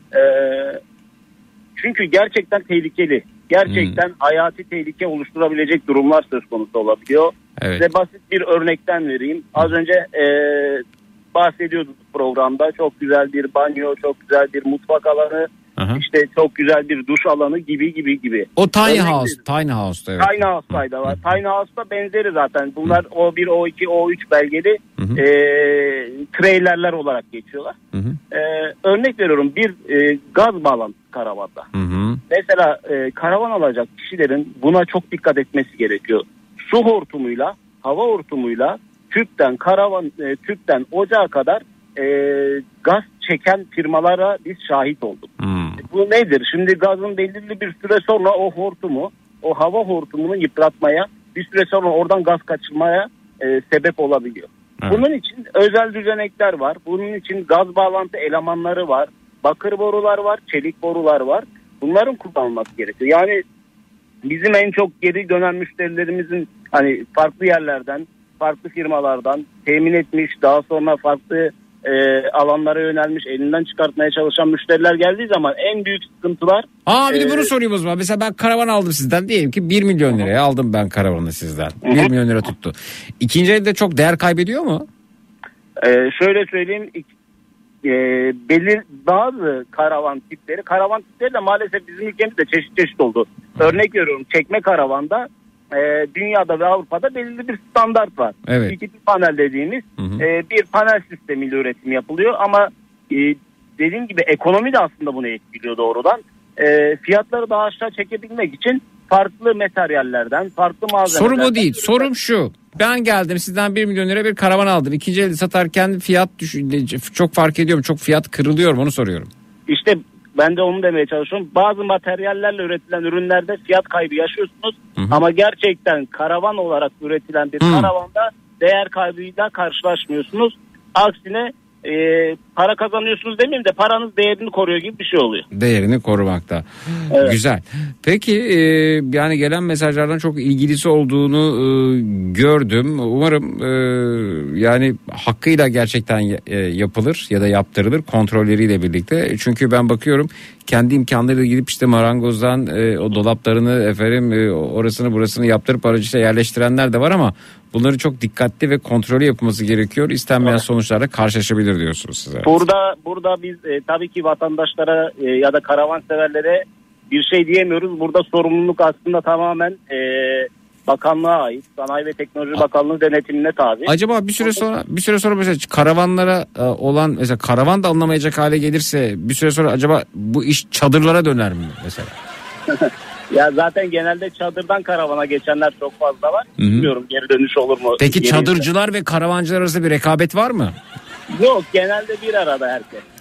Çünkü gerçekten tehlikeli. Gerçekten hayati tehlike oluşturabilecek durumlar söz konusu olabiliyor. Evet. Size basit bir örnekten vereyim. Az önce bahsediyorduk programda. Çok güzel bir banyo, çok güzel bir mutfak alanı, işte çok güzel bir duş alanı gibi. O Tiny House'da evet. Tiny House'da var. Tiny House'da benzeri zaten. Bunlar O1, O2, O3 belgeli trailerler olarak geçiyorlar. Örnek veriyorum, bir gaz bağlantısı karavanda. Mesela karavan alacak kişilerin buna çok dikkat etmesi gerekiyor. Su hortumuyla, hava hortumuyla tüpten ocağa kadar gaz çeken firmalara biz şahit olduk. Bu nedir? Şimdi gazın belirli bir süre sonra o hava hortumunu yıpratmaya, bir süre sonra oradan gaz kaçırmaya sebep olabiliyor. Bunun için özel düzenekler var. Bunun için gaz bağlantı elemanları var. Bakır borular var, çelik borular var. Bunların kullanılması gerekiyor. Yani bizim en çok geri dönen müşterilerimizin hani farklı yerlerden, farklı firmalardan temin etmiş, daha sonra farklı alanlara yönelmiş, elinden çıkartmaya çalışan müşteriler geldiği zaman en büyük sıkıntılar... Bir de bunu sorayım o zaman. Mesela ben karavan aldım sizden. Diyelim ki 1 milyon liraya aldım ben karavanı sizden. 1 milyon lira tuttu. İkinci elde çok değer kaybediyor mu? Şöyle söyleyeyim. Bazı karavan tipleri de maalesef bizim ülkemizde çeşit oldu. Örnek veriyorum, çekme karavanda dünyada ve Avrupa'da belirli bir standart var. Evet. İki panel dediğimiz bir panel sistemiyle üretim yapılıyor ama dediğim gibi ekonomi de aslında bunu etkiliyor doğrudan. Fiyatları daha aşağı çekebilmek için farklı materyallerden, farklı malzemelerden... Sorum o değil. Sorum şu. Ben geldim sizden 1 milyon lira bir karavan aldım. İkinci elde satarken fiyat çok fark ediyor mu? Çok fiyat kırılıyor mu? Onu soruyorum. İşte ben de onu demeye çalışıyorum. Bazı materyallerle üretilen ürünlerde fiyat kaybı yaşıyorsunuz. Ama gerçekten karavan olarak üretilen bir karavanda değer kaybıyla karşılaşmıyorsunuz. Aksine para kazanıyorsunuz demeyeyim de paranız değerini koruyor gibi bir şey oluyor. Değerini korumakta. Evet. Güzel. Peki yani gelen mesajlardan çok ilgilisi olduğunu gördüm. Umarım yani hakkıyla gerçekten yapılır ya da yaptırılır kontrolleriyle birlikte. Çünkü ben bakıyorum kendi imkanlarıyla gidip işte marangozdan o dolaplarını orasını burasını yaptırıp aracıyla yerleştirenler de var ama bunları çok dikkatli ve kontrollü yapılması gerekiyor. İstenmeyen sonuçlarla karşılaşabilir diyorsunuz size. Burada biz tabii ki vatandaşlara ya da karavan severlere bir şey diyemiyoruz. Burada sorumluluk aslında tamamen bakanlığa ait. Sanayi ve Teknoloji Bakanlığı denetimine tabi. Acaba bir süre sonra mesela karavanlara olan mesela karavan da alınamayacak hale gelirse bir süre sonra acaba bu iş çadırlara döner mi mesela? Ya zaten genelde çadırdan karavana geçenler çok fazla var. Bilmiyorum geri dönüş olur mu? Peki çadırcılar ve karavancılar arasında bir rekabet var mı? Yok, genelde bir arada herkes.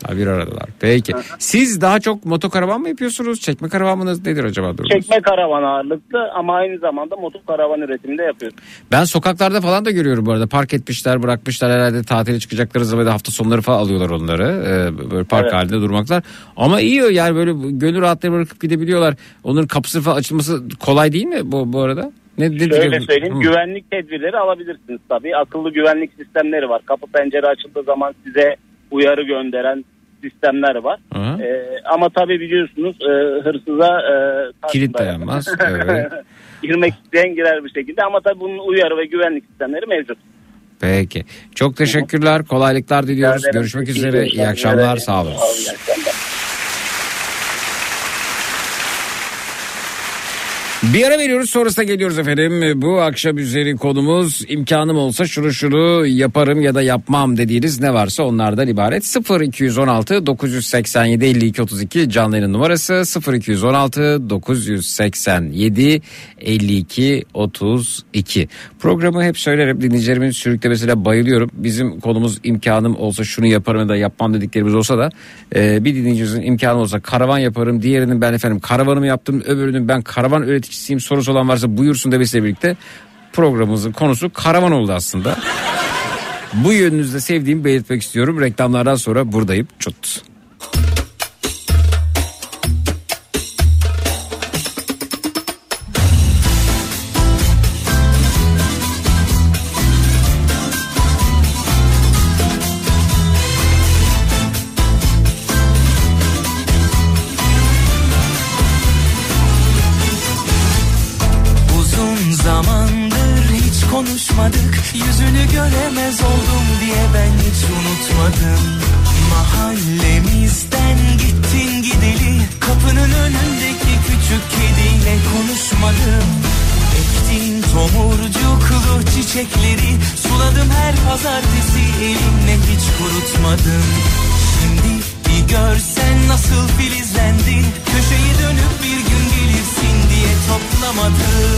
Bir aradalar. Peki. Siz daha çok motokaravan mı yapıyorsunuz? Çekme karavan mı, nedir acaba durumunuz? Çekme karavan ağırlıklı ama aynı zamanda motokaravan üretiminde yapıyoruz. Ben sokaklarda falan da görüyorum bu arada. Park etmişler, bırakmışlar, herhalde tatile çıkacakları zaman da hafta sonları falan alıyorlar onları. Böyle park halinde durmaklar. Ama iyi yani, böyle gönül rahatlığı bırakıp gidebiliyorlar. Onların kapısı falan açılması kolay değil mi bu arada? Şöyle söyleyeyim, güvenlik tedbirleri alabilirsiniz tabii. Akıllı güvenlik sistemleri var. Kapı pencere açıldığı zaman size uyarı gönderen sistemler var. Ama tabii biliyorsunuz hırsıza kilit dayanmaz. Evet. Girmek isteyen girer bir şekilde, ama tabii bunun uyarı ve güvenlik sistemleri mevcut. Peki. Çok teşekkürler. Kolaylıklar diliyoruz. Görüşmek üzere. İyi akşamlar. Sağ olun. Bir ara veriyoruz, sonrasında geliyoruz efendim. Bu akşam üzeri konumuz imkanım olsa şunu yaparım ya da yapmam dediğiniz ne varsa onlardan ibaret. 0216 987 52 32 canlı yayın numarası, 0216 987 52 32. Programı hep söylerim, dinleyicilerimin sürüklemesine bayılıyorum. Bizim konumuz imkanım olsa şunu yaparım ya da yapmam dediklerimiz olsa da bir dinleyicimizin imkanı olsa karavan yaparım, diğerinin ben efendim karavanımı yaptım, öbürünün ben karavan üreticisiyim sorusu olan varsa buyursun demesiyle birlikte programımızın konusu karavan oldu aslında. Bu yönünüzde sevdiğimi belirtmek istiyorum. Reklamlardan sonra buradayım. Çut. Yüzünü göremez oldum diye ben hiç unutmadım. Mahallemizden gittin gideli, kapının önündeki küçük kediyle konuşmadım. Ektin tomurcuklu çiçekleri, suladım her pazartesi, elimle hiç kurutmadım. Şimdi bir görsen nasıl filizlendi, köşeyi dönüp bir gün gelirsin diye toplamadım.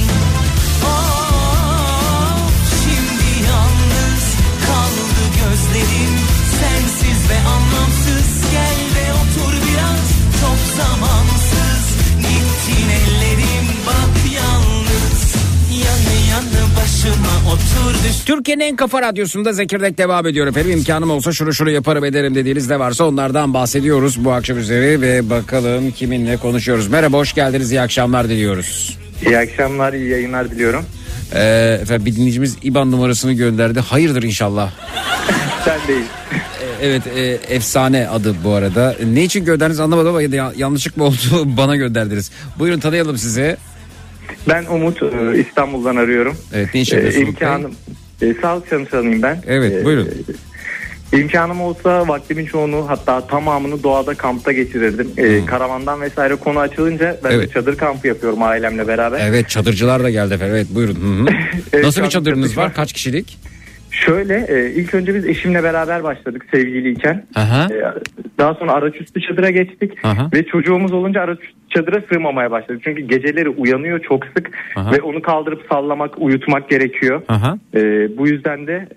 Yalnız kaldı gözlerim, sensiz ve anlamsız. Gel ve otur biraz, çok zamansız. Gittin ellerim, bak yalnız. Yanı yanı başıma otur. Türkiye'nin en kafa radyosunda Zekirdek devam ediyor efendim. İmkanım olsa şunu yaparım ederim dediğiniz ne varsa onlardan bahsediyoruz bu akşam üzeri ve bakalım kiminle konuşuyoruz. Merhaba, hoş geldiniz, iyi akşamlar diliyoruz. İyi akşamlar, iyi yayınlar diliyorum. Efendim bir dinleyicimiz IBAN numarasını gönderdi. Hayırdır inşallah. Sen değil. Evet, efsane adı bu arada. Ne için gönderdiniz anlamadım ama yanlışlık mı oldu, bana gönderdiniz. Buyurun, tanıyalım sizi. Ben Umut, İstanbul'dan arıyorum. Evet, ne iş yapıyorsunuz? İmkanım, sağlık çalışanıyım ben. Evet, buyurun. İmkanım olsa vaktimin çoğunu, hatta tamamını doğada, kampta geçirirdim. Karavandan vesaire konu açılınca ben de çadır kampı yapıyorum ailemle beraber. Evet, çadırcılar da geldi efendim. Evet, buyurun. Evet, nasıl bir çadırınız var? Kaç kişilik? Şöyle, ilk önce biz eşimle beraber başladık sevgiliyken. Daha sonra araçüstü çadıra geçtik. Ve çocuğumuz olunca araçüstü çadıra sığmamaya başladık. Çünkü geceleri uyanıyor çok sık ve onu kaldırıp sallamak, uyutmak gerekiyor. Bu yüzden de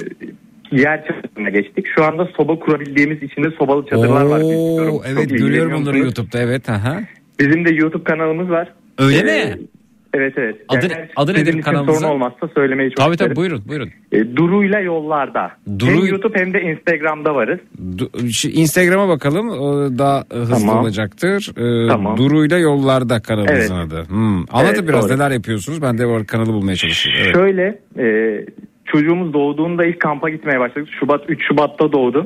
yer çadırına geçtik. Şu anda soba kurabildiğimiz içinde sobalı çadırlar var. Evet, görüyorum onları YouTube'da. Evet. Bizim de YouTube kanalımız var. Öyle mi? Evet. Adı nedir kanalınızın? Sorun olmazsa söylemeyi çok isterim. Tabii buyurun. Duru'yla yollarda. Hem YouTube hem de Instagram'da varız. Instagram'a bakalım. O daha hızlı olacaktır. Duru'yla yollarda kanalımızın adı. Anlatın biraz neler yapıyorsunuz. Ben de o kanalı bulmaya çalışıyorum. Evet. Şöyle çocuğumuz doğduğunda ilk kampa gitmeye başladık. 3 Şubat'ta doğdu.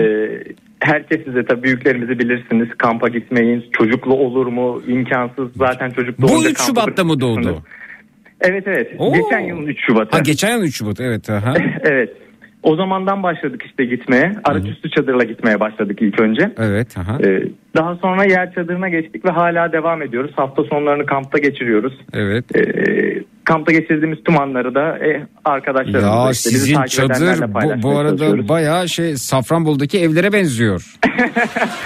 Herkes size, tabii büyüklerimizi bilirsiniz. Kampa gitmeyin. Çocuklu olur mu? İmkansız. Zaten çocuk doğunca. Bu 3 Şubat'ta mı doğdu? Evet. Geçen yılın 3 Şubat'ı. Geçen yılın 3 Şubat. Evet. Evet. O zamandan başladık işte gitmeye. Araçüstü çadırla gitmeye başladık ilk önce. Evet. Daha sonra yer çadırına geçtik ve hala devam ediyoruz. Hafta sonlarını kampta geçiriyoruz. Evet. Kampta geçirdiğimiz tüm anları da arkadaşlarımızla işte bizi takip edenlerle paylaşmaya bu arada çalışıyoruz. bayağı Safranbolu'daki evlere benziyor.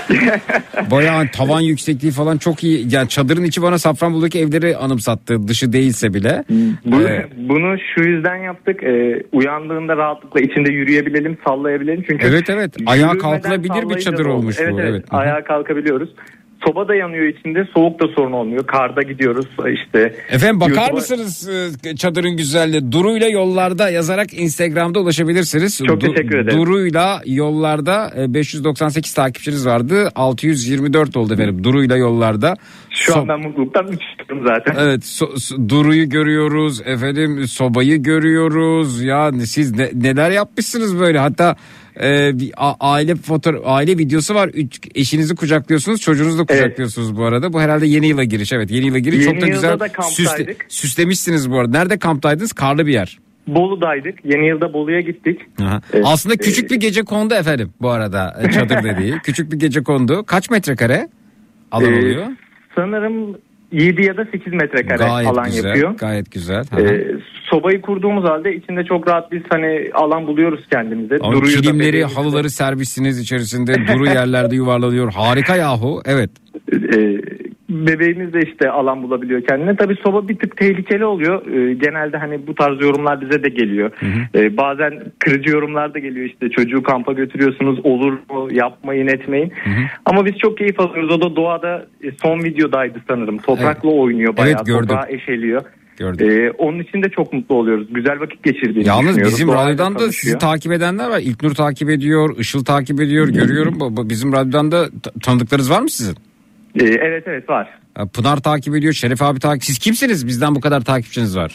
Bayağı tavan yüksekliği falan çok iyi. Yani çadırın içi bana Safranbolu'daki evleri anımsattı. Dışı değilse bile. Bunu şu yüzden yaptık. Uyandığında rahatlıkla içinde yürüyebilelim, sallayabilelim. Çünkü evet. Ayağa kalkılabilir bir çadır olmuş bu. Evet. Ayağa kalkabiliyoruz. Soba da yanıyor içinde, soğuk da sorun olmuyor. Karda gidiyoruz işte. Efendim bakar mısınız çadırın güzelliği? Duru'yla yollarda yazarak Instagram'da ulaşabilirsiniz. Çok teşekkür ederim. Duru'yla yollarda 598 takipçiniz vardı. 624 oldu efendim Duru'yla yollarda. Şu an ben mutluluktan uçtum zaten. Evet, Duru'yu görüyoruz efendim, sobayı görüyoruz. Ya siz neler yapmışsınız böyle, hatta bir aile videosu var. Eşinizi kucaklıyorsunuz, çocuğunuzu da kucaklıyorsunuz bu arada. Bu herhalde yeni yıla giriş. Evet, yeni yıla giriş. Çok da güzel süslemişsiniz bu arada. Nerede kamptaydınız? Karlı bir yer. Bolu'daydık. Yeni yılda Bolu'ya gittik. Aslında küçük bir gecekondu efendim bu arada. Çadır dediği. Küçük bir gecekondu. Kaç metrekare alan oluyor? Sanırım 7 ya da 8 metrekare alan yapıyor. Gayet güzel. Sobayı kurduğumuz halde içinde çok rahat biz alan buluyoruz kendimize. Kilimleri, halıları servisiniz içerisinde. Duru yerlerde yuvarlanıyor. Harika yahu. Evet. Bebeğimiz de işte alan bulabiliyor kendine. Tabii soba bir tık tehlikeli oluyor. Genelde bu tarz yorumlar bize de geliyor. Bazen kırıcı yorumlar da geliyor, işte çocuğu kampa götürüyorsunuz, olur mu, yapmayın etmeyin. Ama biz çok keyif alıyoruz. O da doğada son videodaydı sanırım. Toprakla oynuyor bayağı. Toprağı eşeliyor. Onun için de çok mutlu oluyoruz. Güzel vakit geçirdiğini Yalnız düşünüyoruz. bizim radyodan da sizi takip edenler var. İlknur takip ediyor, Işıl takip ediyor. Görüyorum. Bizim radyodan da tanıdıklarınız var mı sizin? Evet var. Pınar takip ediyor, Şeref abi takip. Siz kimsiniz? Bizden bu kadar takipçiniz var.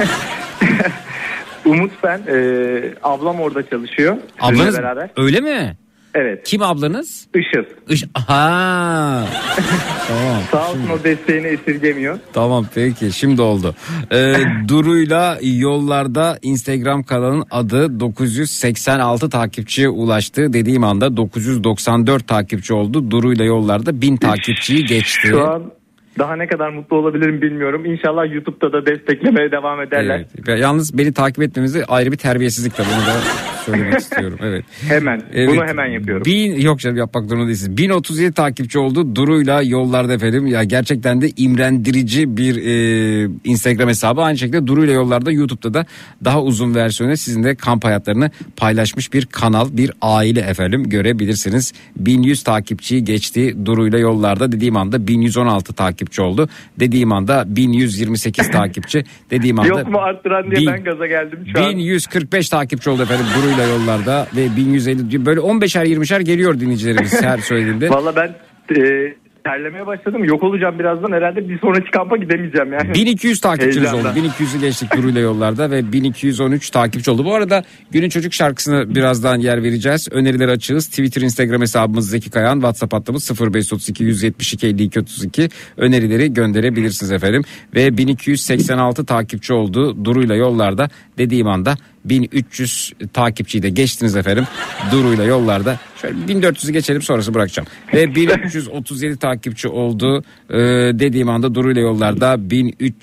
Umut ben. Ablam orada çalışıyor. Ablanız beraber. Öyle mi? Evet. Kim ablanız? Işıl. Aha. Tamam. Sağ olsun, o desteğini esirgemiyor. Tamam, peki, şimdi oldu. Duru'yla yollarda Instagram kanalının adı 986 takipçiye ulaştı. Dediğim anda 994 takipçi oldu. Duru'yla yollarda 1000 takipçiyi geçti. Şu an daha ne kadar mutlu olabilirim bilmiyorum. İnşallah YouTube'da da desteklemeye devam ederler. Evet. Yalnız beni takip etmemizi ayrı bir terbiyesizlik de, bunu da söylemek istiyorum. Evet. Hemen. Evet. Bunu hemen yapıyorum. Yok canım, yapmak zorunda değilsiniz. 1037 takipçi oldu Duru'yla yollarda efendim. Ya gerçekten de imrendirici bir Instagram hesabı. Aynı şekilde Duru'yla yollarda YouTube'da da daha uzun versiyonu sizin de kamp hayatlarını paylaşmış bir kanal, bir aile efendim, görebilirsiniz. 1100 takipçiyi geçti Duru'yla yollarda. Dediğim anda 1116 takipçi oldu. Dediğim anda 1128 takipçi. Dediğim anda yok mu arttıran diye ben gaza geldim şu an. 1145 takipçi oldu efendim Duru'yla yollarda ve 1150, böyle 15'er 20'şer geliyor dinleyicilerimiz her söylediğinde. Valla ben terlemeye başladım. Yok olacağım birazdan, herhalde bir sonraki kampa gidemeyeceğim yani. 1200 takipçimiz oldu. 1200'ü geçtik Duru'yla yollarda ve 1213 takipçi oldu. Bu arada günün çocuk şarkısına birazdan yer vereceğiz. Önerileri açığız. Twitter, Instagram hesabımız Zeki Kayan, WhatsApp hattımız 0532 172 52 32. Önerileri gönderebilirsiniz efendim. Ve 1286 takipçi oldu Duru'yla yollarda. Dediğim anda 1300 takipçiyi de geçtiniz efendim Duru'yla yollarda. Şöyle 1400'ü geçelim, sonrası bırakacağım. Ve 1337 takipçi oldu. Dediğim anda Duru'yla yollarda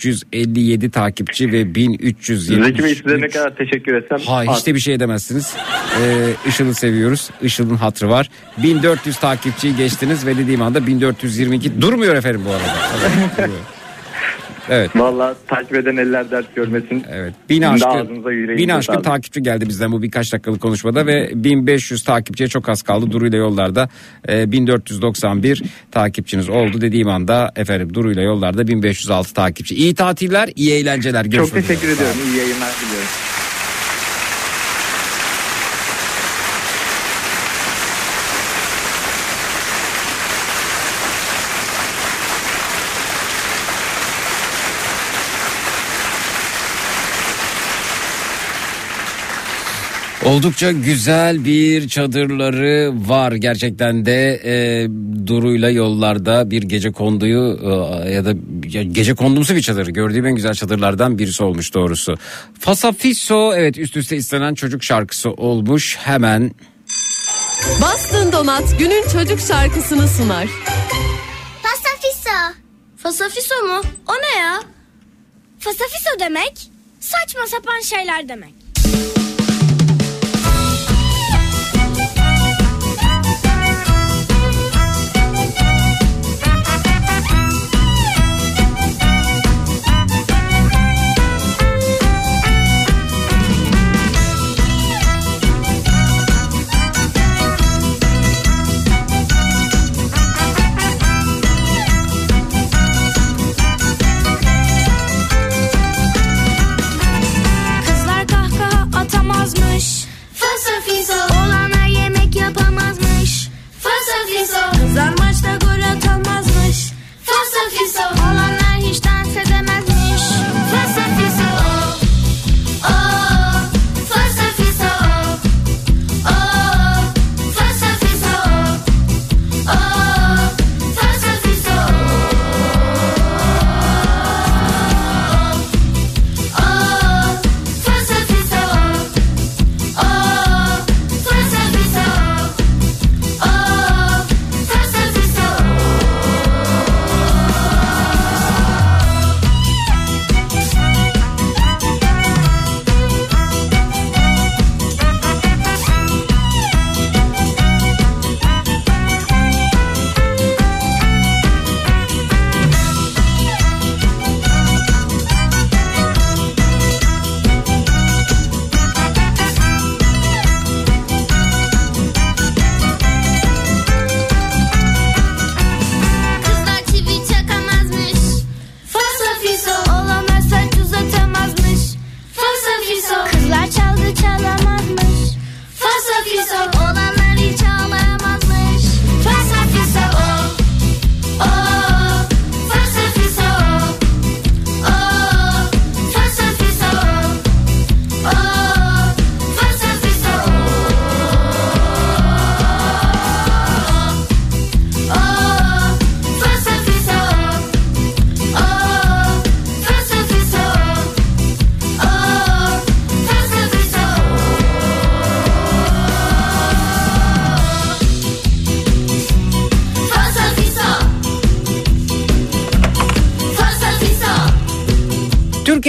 1357 takipçi ve 1370. Zeki Bey, size ne kadar teşekkür etsem. Hiç de bir şey edemezsiniz. Işıl'ı seviyoruz. Işıl'ın hatırı var. 1400 takipçiyi geçtiniz ve dediğim anda 1422 durmuyor efendim bu arada. Evet, evet. Vallahi takip eden eller dert görmesin. Evet. 1000 aşkın takipçi geldi bizden bu birkaç dakikalık konuşmada ve 1500 takipçiye çok az kaldı Duru'yla yollarda. 1491 takipçiniz oldu dediğim anda efendim Duru'yla yollarda 1506 takipçi. İyi tatiller, iyi eğlenceler. Çok teşekkür ediyorum. İyi yayınlar diliyorum. Oldukça güzel bir çadırları var gerçekten de. Duru'yla yollarda bir gece konduyu ya da gece kondumsu bir çadır, gördüğüm en güzel çadırlardan birisi olmuş doğrusu. Fasafiso, evet, üst üste istenen çocuk şarkısı olmuş. Hemen Boston Donat günün çocuk şarkısını sunar. Fasafiso. Fasafiso mu? O ne ya? Fasafiso demek saçma sapan şeyler demek.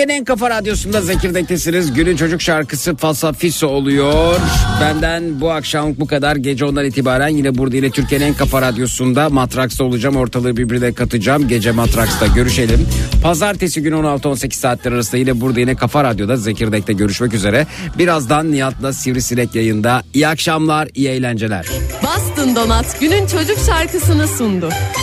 Türkiye'nin en kafa radyosunda Zekirdek'tesiniz. Günün çocuk şarkısı Fasafiso oluyor. Benden bu akşam bu kadar. Gece ondan itibaren yine burada yine Türkiye'nin en kafa radyosunda Matraks'ta olacağım. Ortalığı birbirine katacağım. Gece Matraks'ta görüşelim. Pazartesi günü 16-18 saatler arasında yine burada yine Kafa Radyo'da Zekirdek'te görüşmek üzere. Birazdan Nihat'la Sivrisinek yayında. İyi akşamlar, iyi eğlenceler. Bastın Donat günün çocuk şarkısını sundu.